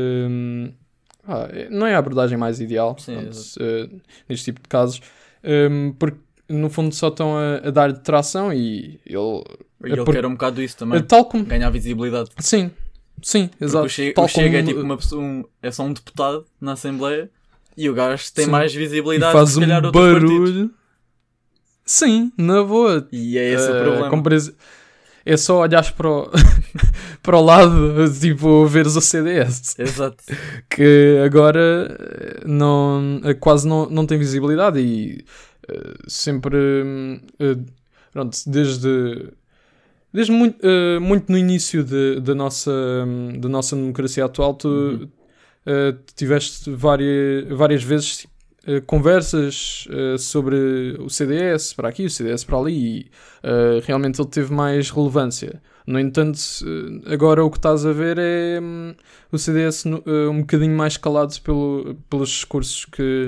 não é a abordagem mais ideal. Sim, neste tipo de casos, porque no fundo só estão a dar tração e ele quer um bocado isso também, tal como... ganhar visibilidade. Sim, exato. O Chega é tipo uma pessoa, é só um deputado na Assembleia e o gajo tem mais visibilidade e faz que se calhar outros barulho partidos. Sim, na boa. E é esse o problema. É só olhares para o lado, tipo, veres o CDS. Exato. Que agora quase não tem visibilidade e sempre, pronto, desde muito no início da nossa democracia atual, tu tiveste várias vezes conversas sobre o CDS para aqui, o CDS para ali e realmente ele teve mais relevância. No entanto, agora o que estás a ver é o CDS um bocadinho mais calado pelos discursos que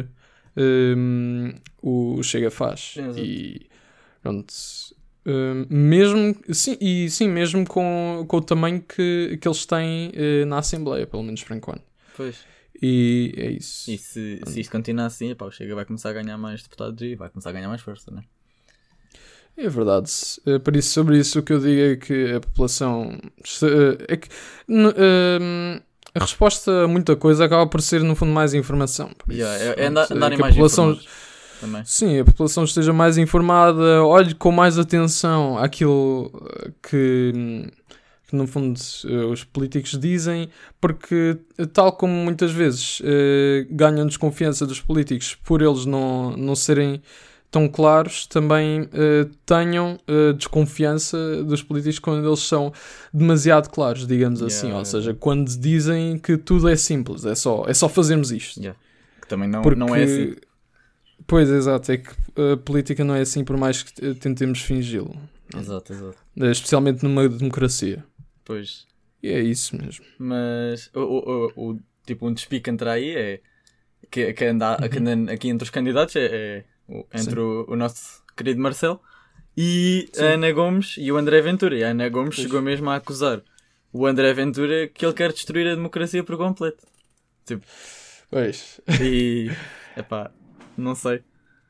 o Chega faz. E pronto, mesmo com o tamanho que eles têm na Assembleia, pelo menos por enquanto. Pois. E é isso. E se isto continuar assim, o Chega vai começar a ganhar mais deputados e vai começar a ganhar mais força, não é? É verdade. Por isso, sobre isso, o que eu digo é que a população... a resposta a muita coisa acaba por ser, no fundo, mais informação. Andarem mais informados também. Sim, a população esteja mais informada, olhe com mais atenção àquilo que no fundo os políticos dizem, porque tal como muitas vezes ganham desconfiança dos políticos por eles não serem tão claros, também tenham desconfiança dos políticos quando eles são demasiado claros, digamos assim, ou seja, quando dizem que tudo é simples, é só fazermos isto. Que também não é assim. Pois, exato, é que a política não é assim por mais que tentemos fingi-lo. Exato. Especialmente numa democracia. Pois. E é isso mesmo. Mas tipo um despique entre aí é que anda aqui entre os candidatos entre o nosso querido Marcelo e a Ana Gomes e o André Ventura. E a Ana Gomes chegou mesmo a acusar o André Ventura que ele quer destruir a democracia por completo. Tipo, pois. E não sei.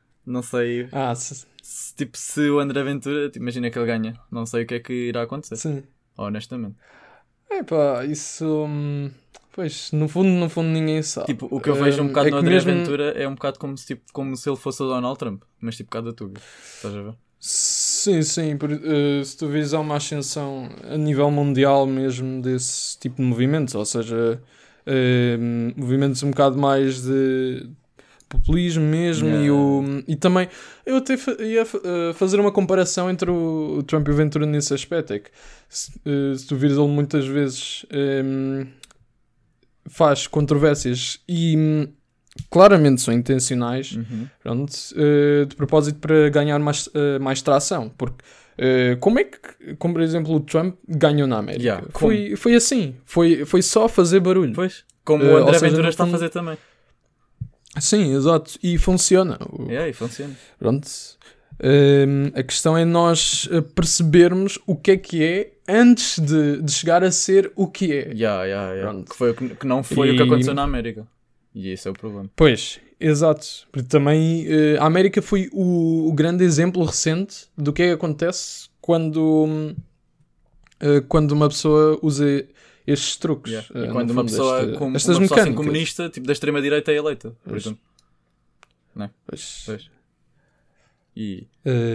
Se o André Ventura, imagina que ele ganha, não sei o que é que irá acontecer. Sim. Honestamente. Isso... Pois, no fundo ninguém sabe. Tipo, o que eu vejo um bocado no André Ventura é um bocado como se ele fosse o Donald Trump, mas tipo, por causa da Tuga. Estás a ver? Sim. Se tu vês, há uma ascensão a nível mundial mesmo desse tipo de movimentos, ou seja, movimentos um bocado mais de populismo mesmo. E também eu até ia fazer uma comparação entre o Trump e o Ventura nesse aspecto. É que se tu vires ele muitas vezes faz controvérsias e claramente são intencionais, pronto, de propósito para ganhar mais tração, porque como por exemplo o Trump ganhou na América, foi assim, foi só fazer barulho, pois, como o André Ventura está a fazer também. Sim, exato, e funciona. E funciona. Pronto. A questão é nós percebermos o que é antes de chegar a ser o que é. Que não foi o que aconteceu na América. E esse é o problema. Pois, exato. Porque também a América foi o grande exemplo recente do que é que acontece quando uma pessoa usa estes truques. E quando uma pessoa, estas uma pessoa assim comunista, tipo da extrema-direita, é eleita, por exemplo. Não é? Pois. E...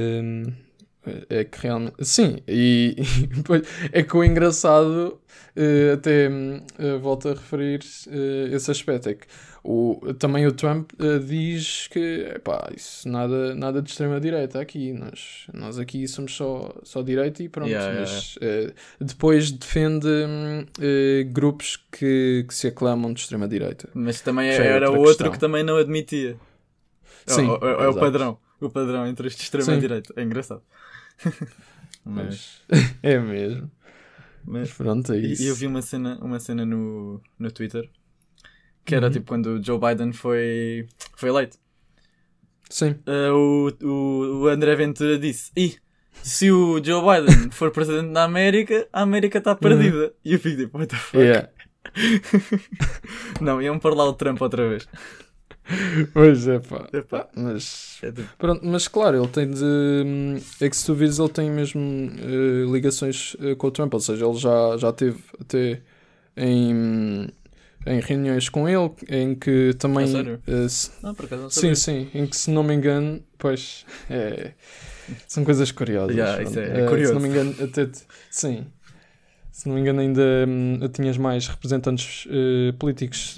é que realmente... Sim, e é que o engraçado, até volto a referir esse aspecto, é que também o Trump diz que isso nada de extrema-direita aqui, nós aqui somos só direita e pronto, mas depois defende grupos que se aclamam de extrema-direita. Mas também era outro que também não admitia. Sim, é o padrão. O padrão entre este extrema-direita. É engraçado. Mas é mesmo. Mas pronto, é isso. E eu vi uma cena no Twitter que era tipo quando o Joe Biden foi eleito. Sim. O André Ventura disse: se o Joe Biden for presidente da América, a América está perdida. E eu fico tipo, what the fuck? Yeah. Não, iam pôr lá o Trump outra vez. Pois é, pá. Pronto, mas claro, ele tem de... É que se tu vires, ele tem mesmo ligações com o Trump. Ou seja, ele já teve até em reuniões com ele, em que também... sério? Por acaso não sabia. Sim, em que, se não me engano, pois... são coisas curiosas. Isso é curioso. Se não me engano, sim. Se não me engano, ainda tinhas mais representantes políticos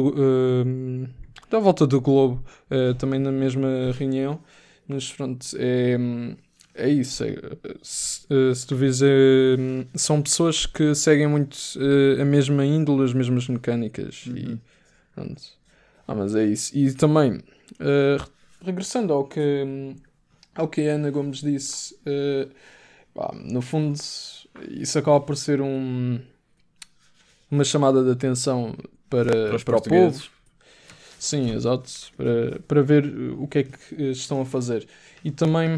da volta do globo, também na mesma reunião, mas pronto, é isso. Se tu vês, são pessoas que seguem muito a mesma índole, as mesmas mecânicas. E pronto. Mas é isso. E também, regressando ao que a Ana Gomes disse, no fundo, isso acaba por ser uma chamada de atenção para o povo. Sim, exato. Para ver o que é que estão a fazer. E também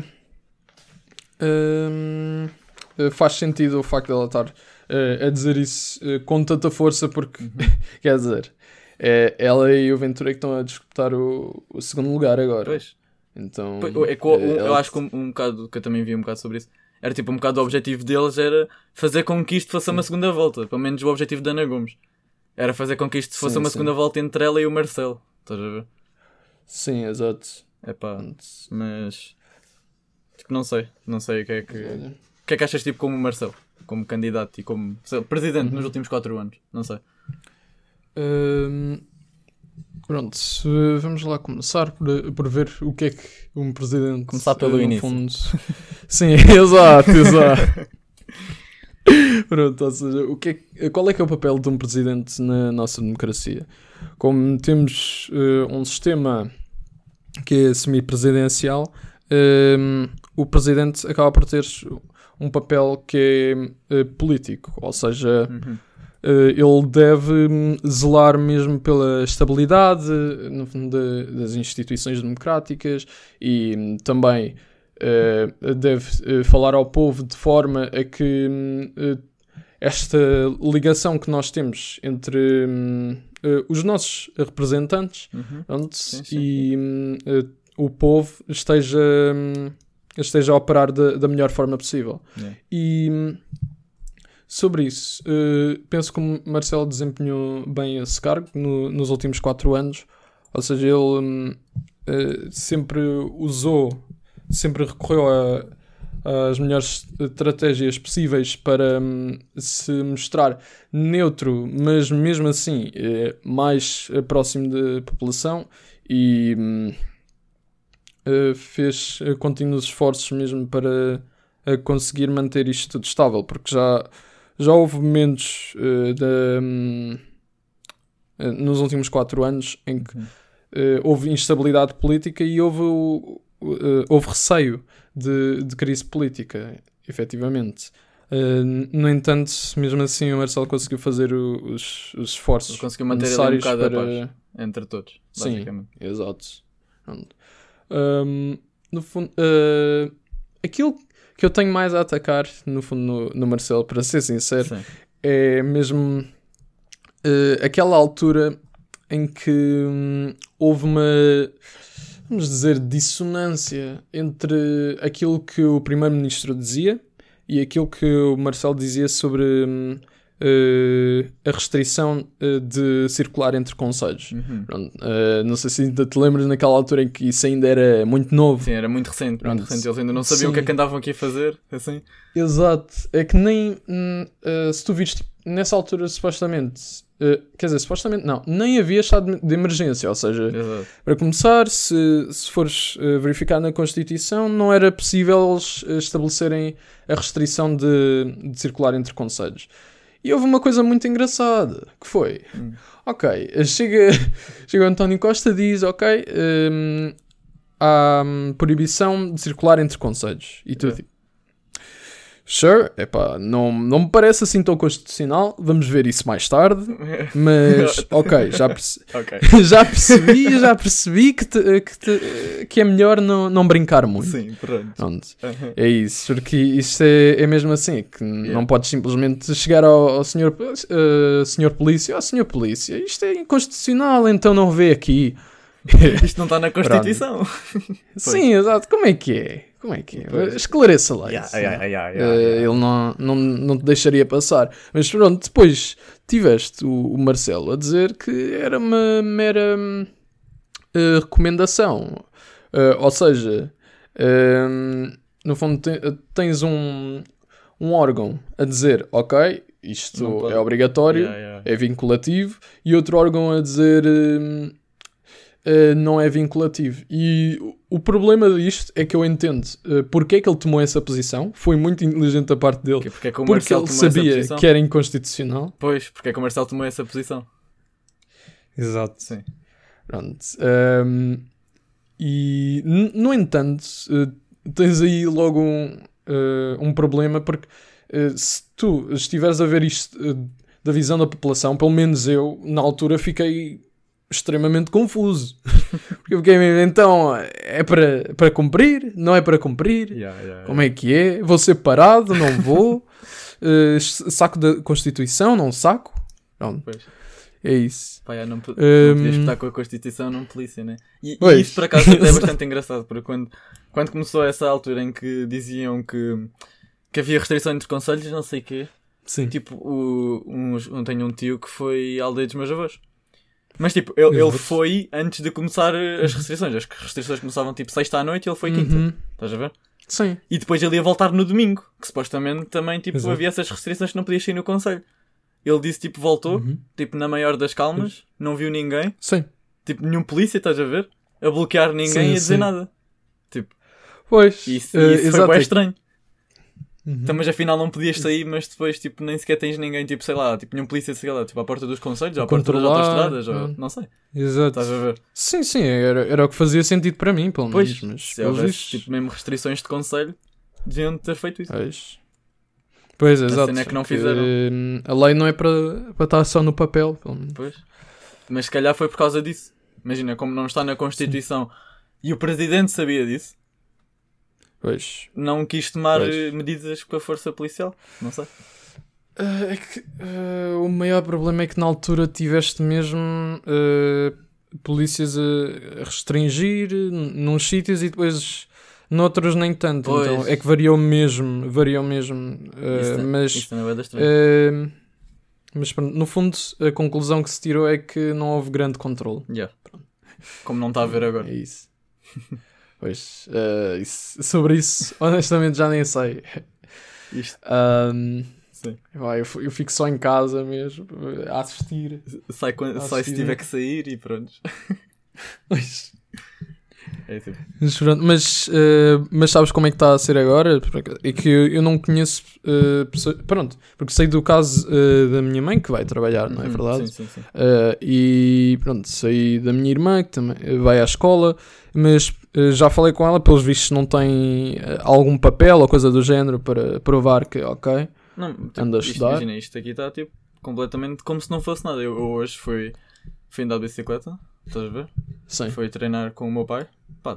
faz sentido o facto de ela estar a dizer isso com tanta força, porque, quer dizer, ela e o Ventura que estão a disputar o segundo lugar agora. Pois. Então, eu acho que um bocado, que eu também vi um bocado sobre isso, era tipo um bocado o objetivo deles era fazer com que isto fosse uma segunda volta. Pelo menos o objetivo da Ana Gomes. Era fazer com que isto fosse uma segunda volta entre ela e o Marcelo. Estás a ver? Sim, exato. Mas tipo, não sei o que é que achas tipo como Marcelo, como candidato e como presidente nos últimos 4 anos, não sei. Pronto, vamos lá começar por ver o que é que um presidente... Começar pelo início. Fundo... Sim, exato. Pronto, ou seja, qual é que é o papel de um presidente na nossa democracia? Como temos um sistema que é semipresidencial, o presidente acaba por ter um papel que é político, ou seja, ele deve zelar mesmo pela estabilidade no fundo, das instituições democráticas e também deve falar ao povo de forma a que esta ligação que nós temos entre os nossos representantes e o povo esteja a operar da melhor forma possível. E sobre isso, penso que o Marcelo desempenhou bem esse cargo nos últimos 4 anos, ou seja, ele sempre recorreu às melhores estratégias possíveis para se mostrar neutro, mas mesmo assim mais próximo da população e fez contínuos esforços mesmo para conseguir manter isto tudo estável, porque já houve momentos nos últimos 4 anos em que houve instabilidade política e houve receio de crise política, efetivamente. No entanto, mesmo assim, o Marcelo conseguiu fazer os esforços conseguiu manter necessários ali um bocado a paz entre todos, basicamente. Sim, exato. no fundo, aquilo que eu tenho mais a atacar, no fundo, no Marcelo, para ser sincero, Sim. é mesmo aquela altura em que houve uma, vamos dizer, dissonância entre aquilo que o primeiro-ministro dizia e aquilo que o Marcelo dizia sobre a restrição de circular entre concelhos. Pronto, não sei se ainda te lembras naquela altura em que isso ainda era muito novo. Sim, era muito recente. Pronto. Muito recente. Eles ainda não sabiam o que é que andavam aqui a fazer. Assim. Exato. É que nem se tu vires nessa altura supostamente quer dizer, supostamente não, nem havia estado de emergência, ou seja, Exato. para começar, se fores verificar na Constituição, não era possível eles estabelecerem a restrição de circular entre concelhos. E houve uma coisa muito engraçada, que foi, ok, chega o António Costa e diz, ok, há proibição de circular entre concelhos. E tu tipo, sure, epá, não me parece assim tão constitucional, vamos ver isso mais tarde, mas ok, já percebi que é melhor não brincar muito. Sim, pronto. É isso, porque isto é mesmo assim, que não podes simplesmente chegar ao senhor polícia, senhor polícia, isto é inconstitucional, então não vê aqui. Isto não está na Constituição. Sim, exato, como é que é? Esclareça lá isso. Ele não te deixaria passar. Mas pronto, depois tiveste o Marcelo a dizer que era uma mera recomendação. Ou seja, no fundo tens um órgão a dizer, ok, isto é obrigatório, é vinculativo, e outro órgão a dizer... não é vinculativo. E o problema disto é que eu entendo porque é que ele tomou essa posição. Foi muito inteligente da parte dele. Porque ele sabia que era inconstitucional. Pois, porque é que o Marcelo tomou essa posição. Exato. Sim. Pronto. E, no entanto, tens aí logo um problema, porque se tu estiveres a ver isto da visão da população, pelo menos eu, na altura, fiquei extremamente confuso. Porque eu fiquei mesmo, então, é para cumprir? Não é para cumprir? Como é que é? Vou ser parado? Não vou? Saco da Constituição? Não saco? Pronto. É isso. Pá, não podias estar com a Constituição num polícia, né? E isso, por acaso, é bastante engraçado, porque quando começou essa altura em que diziam que havia restrição entre concelhos, não sei o quê. Sim. Tipo, tenho um tio que foi à aldeia dos meus avós. Mas tipo, ele foi antes de começar as restrições. As restrições começavam tipo sexta à noite e ele foi quinta. Estás a ver? Sim. E depois ele ia voltar no domingo, que supostamente também tipo, havia essas restrições que não podias sair no concelho. Ele disse tipo, voltou, tipo, na maior das calmas, não viu ninguém. Sim. Tipo, nenhum polícia, estás a ver? A bloquear ninguém e a dizer nada. Tipo, pois. Isso foi bem estranho. Então, mas afinal não podias sair, mas depois tipo, nem sequer tens ninguém, tipo, sei lá, tipo, nenhum polícia, sei lá, tipo, à porta dos concelhos, ou à porta das autostradas, ou não sei. Exato. Estás a ver? Sim, era o que fazia sentido para mim, pelo menos. Pois, mas se houvesse, tipo, mesmo restrições de concelho, deviam ter feito isso. Pois, exato. A cena é que não fizeram. A lei não é para estar só no papel, pelo menos. Pois. Mas se calhar foi por causa disso. Imagina, como não está na Constituição e o Presidente sabia disso, pois. Não quis tomar medidas com a força policial. Não sei. É que o maior problema é que na altura tiveste mesmo polícias a restringir nos sítios e depois noutros nem tanto. Pois. Então é que variou mesmo. Isso não é estranho. Mas no fundo a conclusão que se tirou é que não houve grande controle. Como não está a ver agora. É isso. Pois, sobre isso, honestamente já nem sei. Isto. Sim. Eu fico só em casa mesmo, a assistir. Sai se tiver que sair e pronto. Pois. É tipo. Mas sabes como é que está a ser agora? É que eu não conheço pessoas. Pronto, porque sei do caso da minha mãe que vai trabalhar, não é verdade? Sim. E pronto, sei da minha irmã que também vai à escola, mas já falei com ela, pelos vistos não tem algum papel ou coisa do género para provar que, ok, anda a estudar. Imagina, isto aqui está tipo completamente como se não fosse nada. Eu hoje fui andar de bicicleta, estás a ver? Sim. Fui treinar com o meu pai. Pá,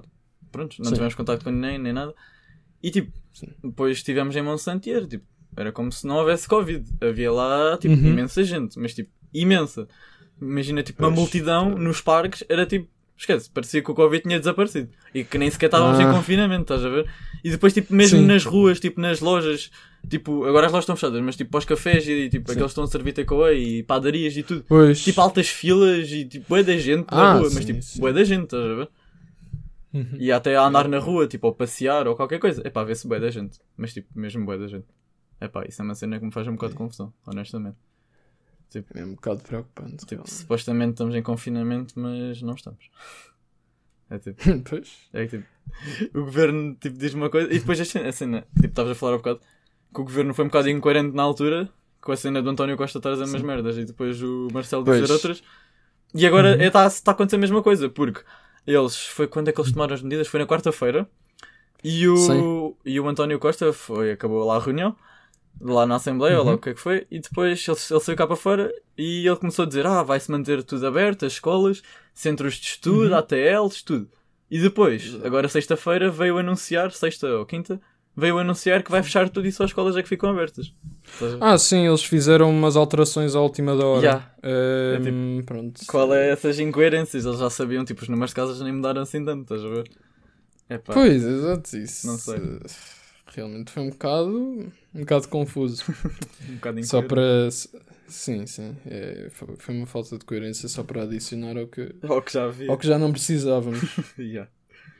pronto, não Sim. tivemos contacto com ninguém, nem nada. E tipo, depois estivemos em Monsanto e era tipo, era como se não houvesse Covid. Havia lá tipo imensa gente, mas tipo, imensa. Imagina tipo uma multidão nos parques, era tipo, esquece, parecia que o Covid tinha desaparecido. E que nem sequer estávamos em confinamento, estás a ver? E depois tipo, mesmo nas ruas, tipo nas lojas, tipo, agora as lojas estão fechadas, mas tipo para os cafés e tipo, aqueles estão a servir takeaway e padarias e tudo. Pois. Tipo altas filas e tipo, bué da gente na rua, mas tipo, bué da gente, estás a ver? E até a andar na rua, tipo, ou passear ou qualquer coisa. É pá, vê-se bué da gente. Mas tipo, mesmo bué da gente. É pá, isso é uma cena que me faz um bocado de confusão, honestamente. Tipo, é um bocado preocupante. Tipo, supostamente estamos em confinamento, mas não estamos. É tipo, Pois. é que tipo, o governo tipo, diz uma coisa e depois a cena, tipo, estavas a falar há bocado que o governo foi um bocado incoerente na altura com a cena do António Costa estar a dizer umas merdas e depois o Marcelo dizer outras. E agora está a acontecer a mesma coisa, porque quando é que eles tomaram as medidas? Foi na quarta-feira e o António Costa acabou lá a reunião, lá na Assembleia, ou lá o que é que foi, e depois ele saiu cá para fora e ele começou a dizer, vai-se manter tudo aberto, as escolas, centros de estudo, ATLs, tudo. E depois, agora sexta-feira, veio anunciar, sexta ou quinta, veio anunciar que vai fechar tudo e só as escolas é que ficam abertas. Sim, eles fizeram umas alterações à última da hora. Tipo, pronto. Qual é essas incoerências? Eles já sabiam, tipo, os números de casas nem mudaram assim tanto, estás a ver? Epá, pois, exato, isso. Não sei. Realmente foi um bocado confuso. um bocado Só incoerente. para... Sim. Foi uma falta de coerência só para adicionar ao que já havia. ao que já não precisávamos. Yeah.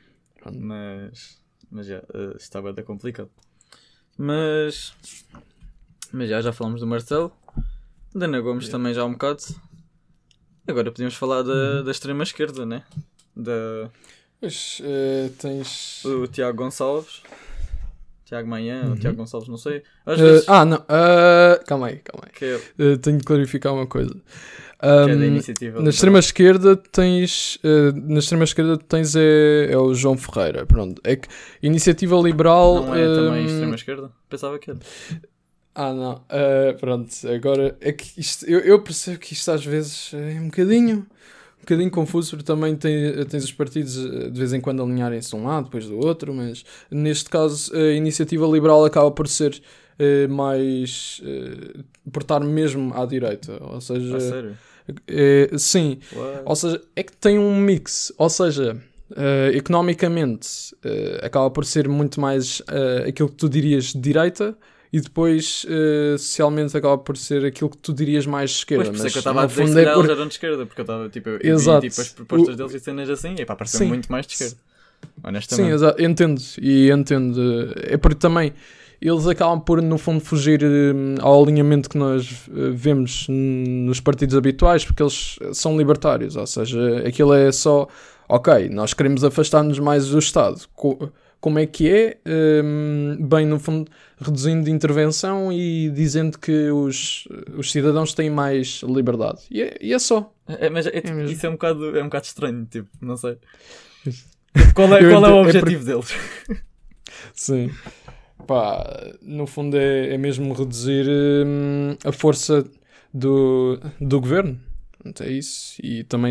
Mas está bem complicado. Mas já falamos do Marcelo, da Ana Gomes também já há um bocado. Agora podemos falar da extrema esquerda, né? Pois, tens... O Tiago Gonçalves, Tiago Manhã, ou Tiago Gonçalves, não sei. Às vezes... não, calma aí. Que tenho de clarificar uma coisa. é da iniciativa. Na extrema esquerda tens é o João Ferreira. Pronto. É que Iniciativa Liberal não é também extrema esquerda? Pensava que era. Não. Pronto. Agora é que isto, eu percebo que isto às vezes é um bocadinho confuso, porque também tens os partidos de vez em quando alinharem-se de um lado, depois do outro, mas neste caso a Iniciativa Liberal acaba por ser mais por estar mesmo à direita, ou seja... Ah, sério? Sim, What? ou seja, é que tem um mix, ou seja, economicamente acaba por ser muito mais aquilo que tu dirias de direita, e depois socialmente acaba por ser aquilo que tu dirias mais de esquerda. Pois, por isso mas é que eu estava a dizer que eles eram de esquerda, porque eu estava tipo, eu vi tipo, as propostas deles e cenas assim, e pá, pareceu muito mais de esquerda. Honestamente. Sim, exato, entendo. É porque também eles acabam por, no fundo, fugir ao alinhamento que nós vemos nos partidos habituais, porque eles são libertários, ou seja, aquilo é só, ok, nós queremos afastar-nos mais do Estado. Como é que é? Bem, no fundo, reduzindo intervenção e dizendo que os cidadãos têm mais liberdade. E é só. Mas isso é um bocado estranho, tipo, não sei. Qual é o objetivo deles? Sim. Pá, no fundo é mesmo reduzir a força do governo. É isso. E também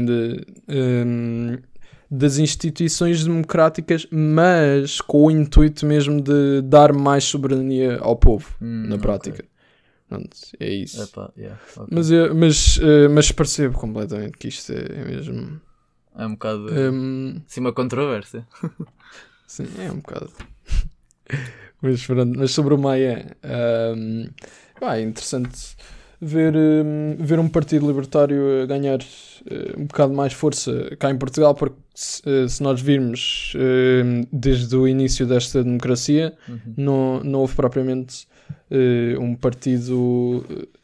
das instituições democráticas, mas com o intuito mesmo de dar mais soberania ao povo, na prática. Okay. Pronto, é isso. Epá, yeah, okay. Mas percebo completamente que isto é mesmo... É um bocado... sim, uma controvérsia. Sim, é um bocado... mas sobre o Maia... é interessante ver um partido libertário a ganhar um bocado mais força cá em Portugal, porque se nós virmos desde o início desta democracia, não houve propriamente um partido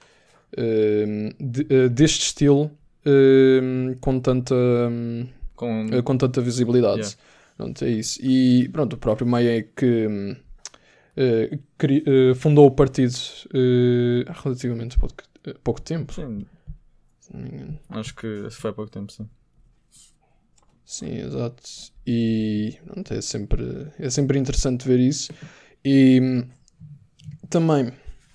deste estilo com tanta visibilidade. Yeah. Pronto, é isso. E pronto, o próprio Maia é que fundou o partido há relativamente pouco tempo. Sim. Acho que foi há pouco tempo, sim. Sim, exato. E pronto, é sempre interessante ver isso. E também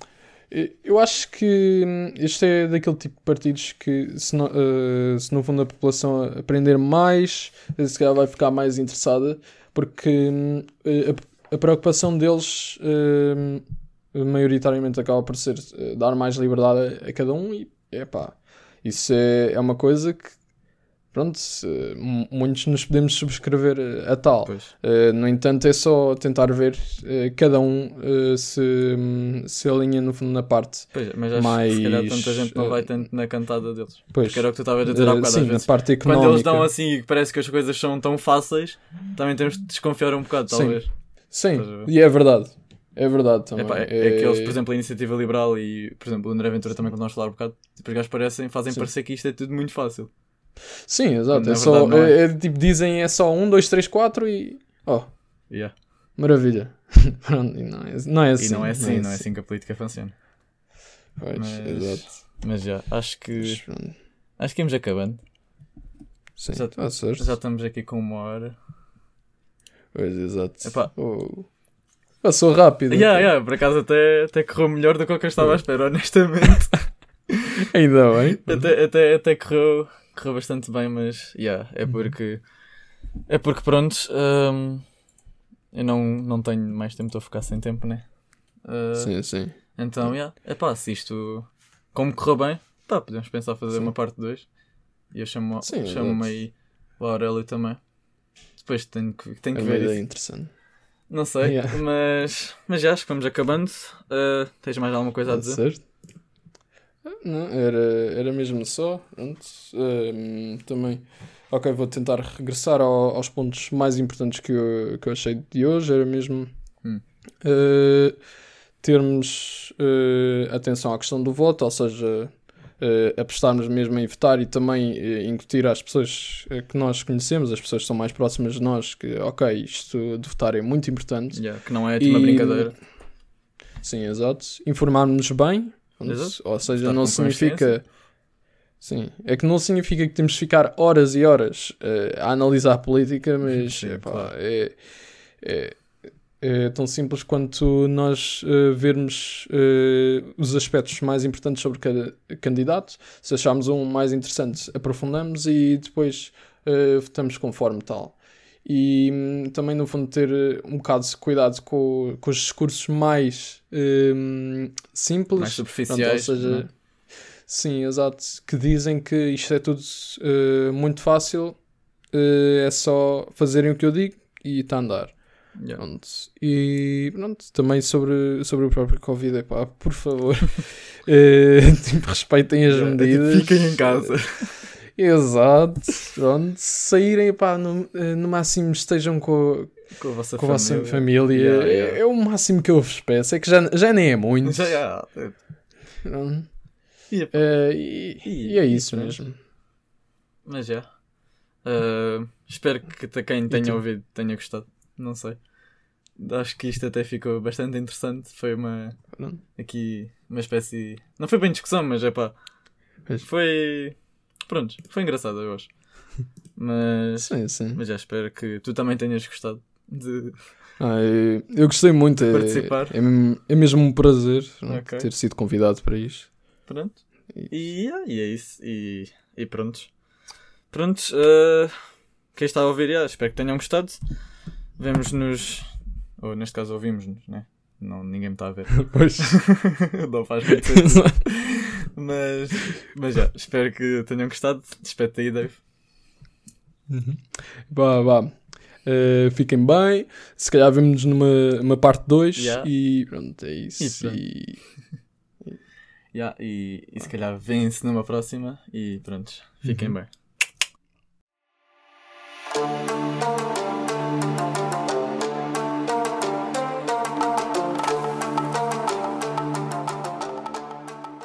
Eu acho que este é daquele tipo de partidos que, se no fundo a população aprender mais, se calhar vai ficar mais interessada, porque a preocupação deles maioritariamente acaba por ser dar mais liberdade a cada um e, isso é uma coisa que, pronto, muitos nos podemos subscrever a tal. No entanto, é só tentar ver cada um se alinha no fundo na parte. Pois, mas acho que se calhar tanta gente não vai tanto na cantada deles. Pois, porque era o que tu estavas a dizer há bocado, sim, às vezes. na parte económica. Quando eles dão assim e parece que as coisas são tão fáceis, também temos de desconfiar um bocado, talvez. Sim, e é verdade. É verdade também. É que eles, por exemplo, a Iniciativa Liberal e, por exemplo, o André Ventura também, quando nós falar um bocado, tipo, os gajos fazem parecer que isto é tudo muito fácil. Sim, exato. Tipo, dizem é só 1, 2, 3, 4 e... maravilha. Pronto, não é assim. E não é assim que a política funciona. Pois, exato. Mas já, acho que íamos acabando. Sim, já estamos aqui com 1 hora. Pois, exato. Passou rápido. Por acaso até correu melhor do que o que eu estava à espera, honestamente. Ainda bem. Até correu bastante bem, mas é porque pronto, eu não tenho mais tempo, estou a ficar sem tempo, né? Sim. Então, se isto como correu bem, podemos pensar fazer uma parte 2 e eu chamo-me aí o Aurélio também. Depois tenho que ver isso. É interessante. Não sei, mas já acho que vamos acabando. Tens mais alguma coisa a dizer? Certo. Não, era mesmo só. Pronto. Também. Ok, vou tentar regressar aos pontos mais importantes que eu achei de hoje. Era mesmo termos atenção à questão do voto, ou seja, apostarmos mesmo em votar e também incutir às pessoas que nós conhecemos, as pessoas que são mais próximas de nós, que isto de votar é muito importante. Que não é uma brincadeira. Sim, exato. Informarmos-nos bem, ou seja, votar não significa... Sim, é que não significa que temos de ficar horas e horas a analisar a política, mas sim, claro. é tão simples quanto nós vermos os aspectos mais importantes sobre cada candidato. Se acharmos um mais interessante, aprofundamos e depois votamos conforme tal. E também, no fundo, ter um bocado de cuidado com os discursos mais simples. Mais superficiais. Pronto, ou seja, sim, exato. Que dizem que isto é tudo muito fácil, é só fazerem o que eu digo e está a andar. Pronto. E pronto, também sobre o próprio Covid, por favor, respeitem as medidas. Fiquem em casa. Exato. Pronto. Saírem, no máximo estejam com a vossa família. É o máximo que eu vos peço. É que já nem é muito. E é isso mesmo. Mas espero que quem tenha ouvido tenha gostado. Não sei. Acho que isto até ficou bastante interessante. Foi uma espécie... Não foi bem discussão, mas foi... Pronto, foi engraçado, eu acho. Mas... Sim. Mas espero que tu também tenhas gostado de... Eu gostei muito de participar. É mesmo um prazer ter sido convidado para isto. Pronto. E é isso. E pronto. Quem está a ouvir, espero que tenham gostado. Vemo-nos, ou neste caso ouvimos-nos, né? Não, ninguém me está a ver. Pois. Não faz muito sentido. Mas espero que tenham gostado. Despede-te aí, Dave. Vá. Fiquem bem. Se calhar vemos-nos numa parte 2 e pronto, é isso. E se calhar vêm-se numa próxima e pronto, fiquem bem.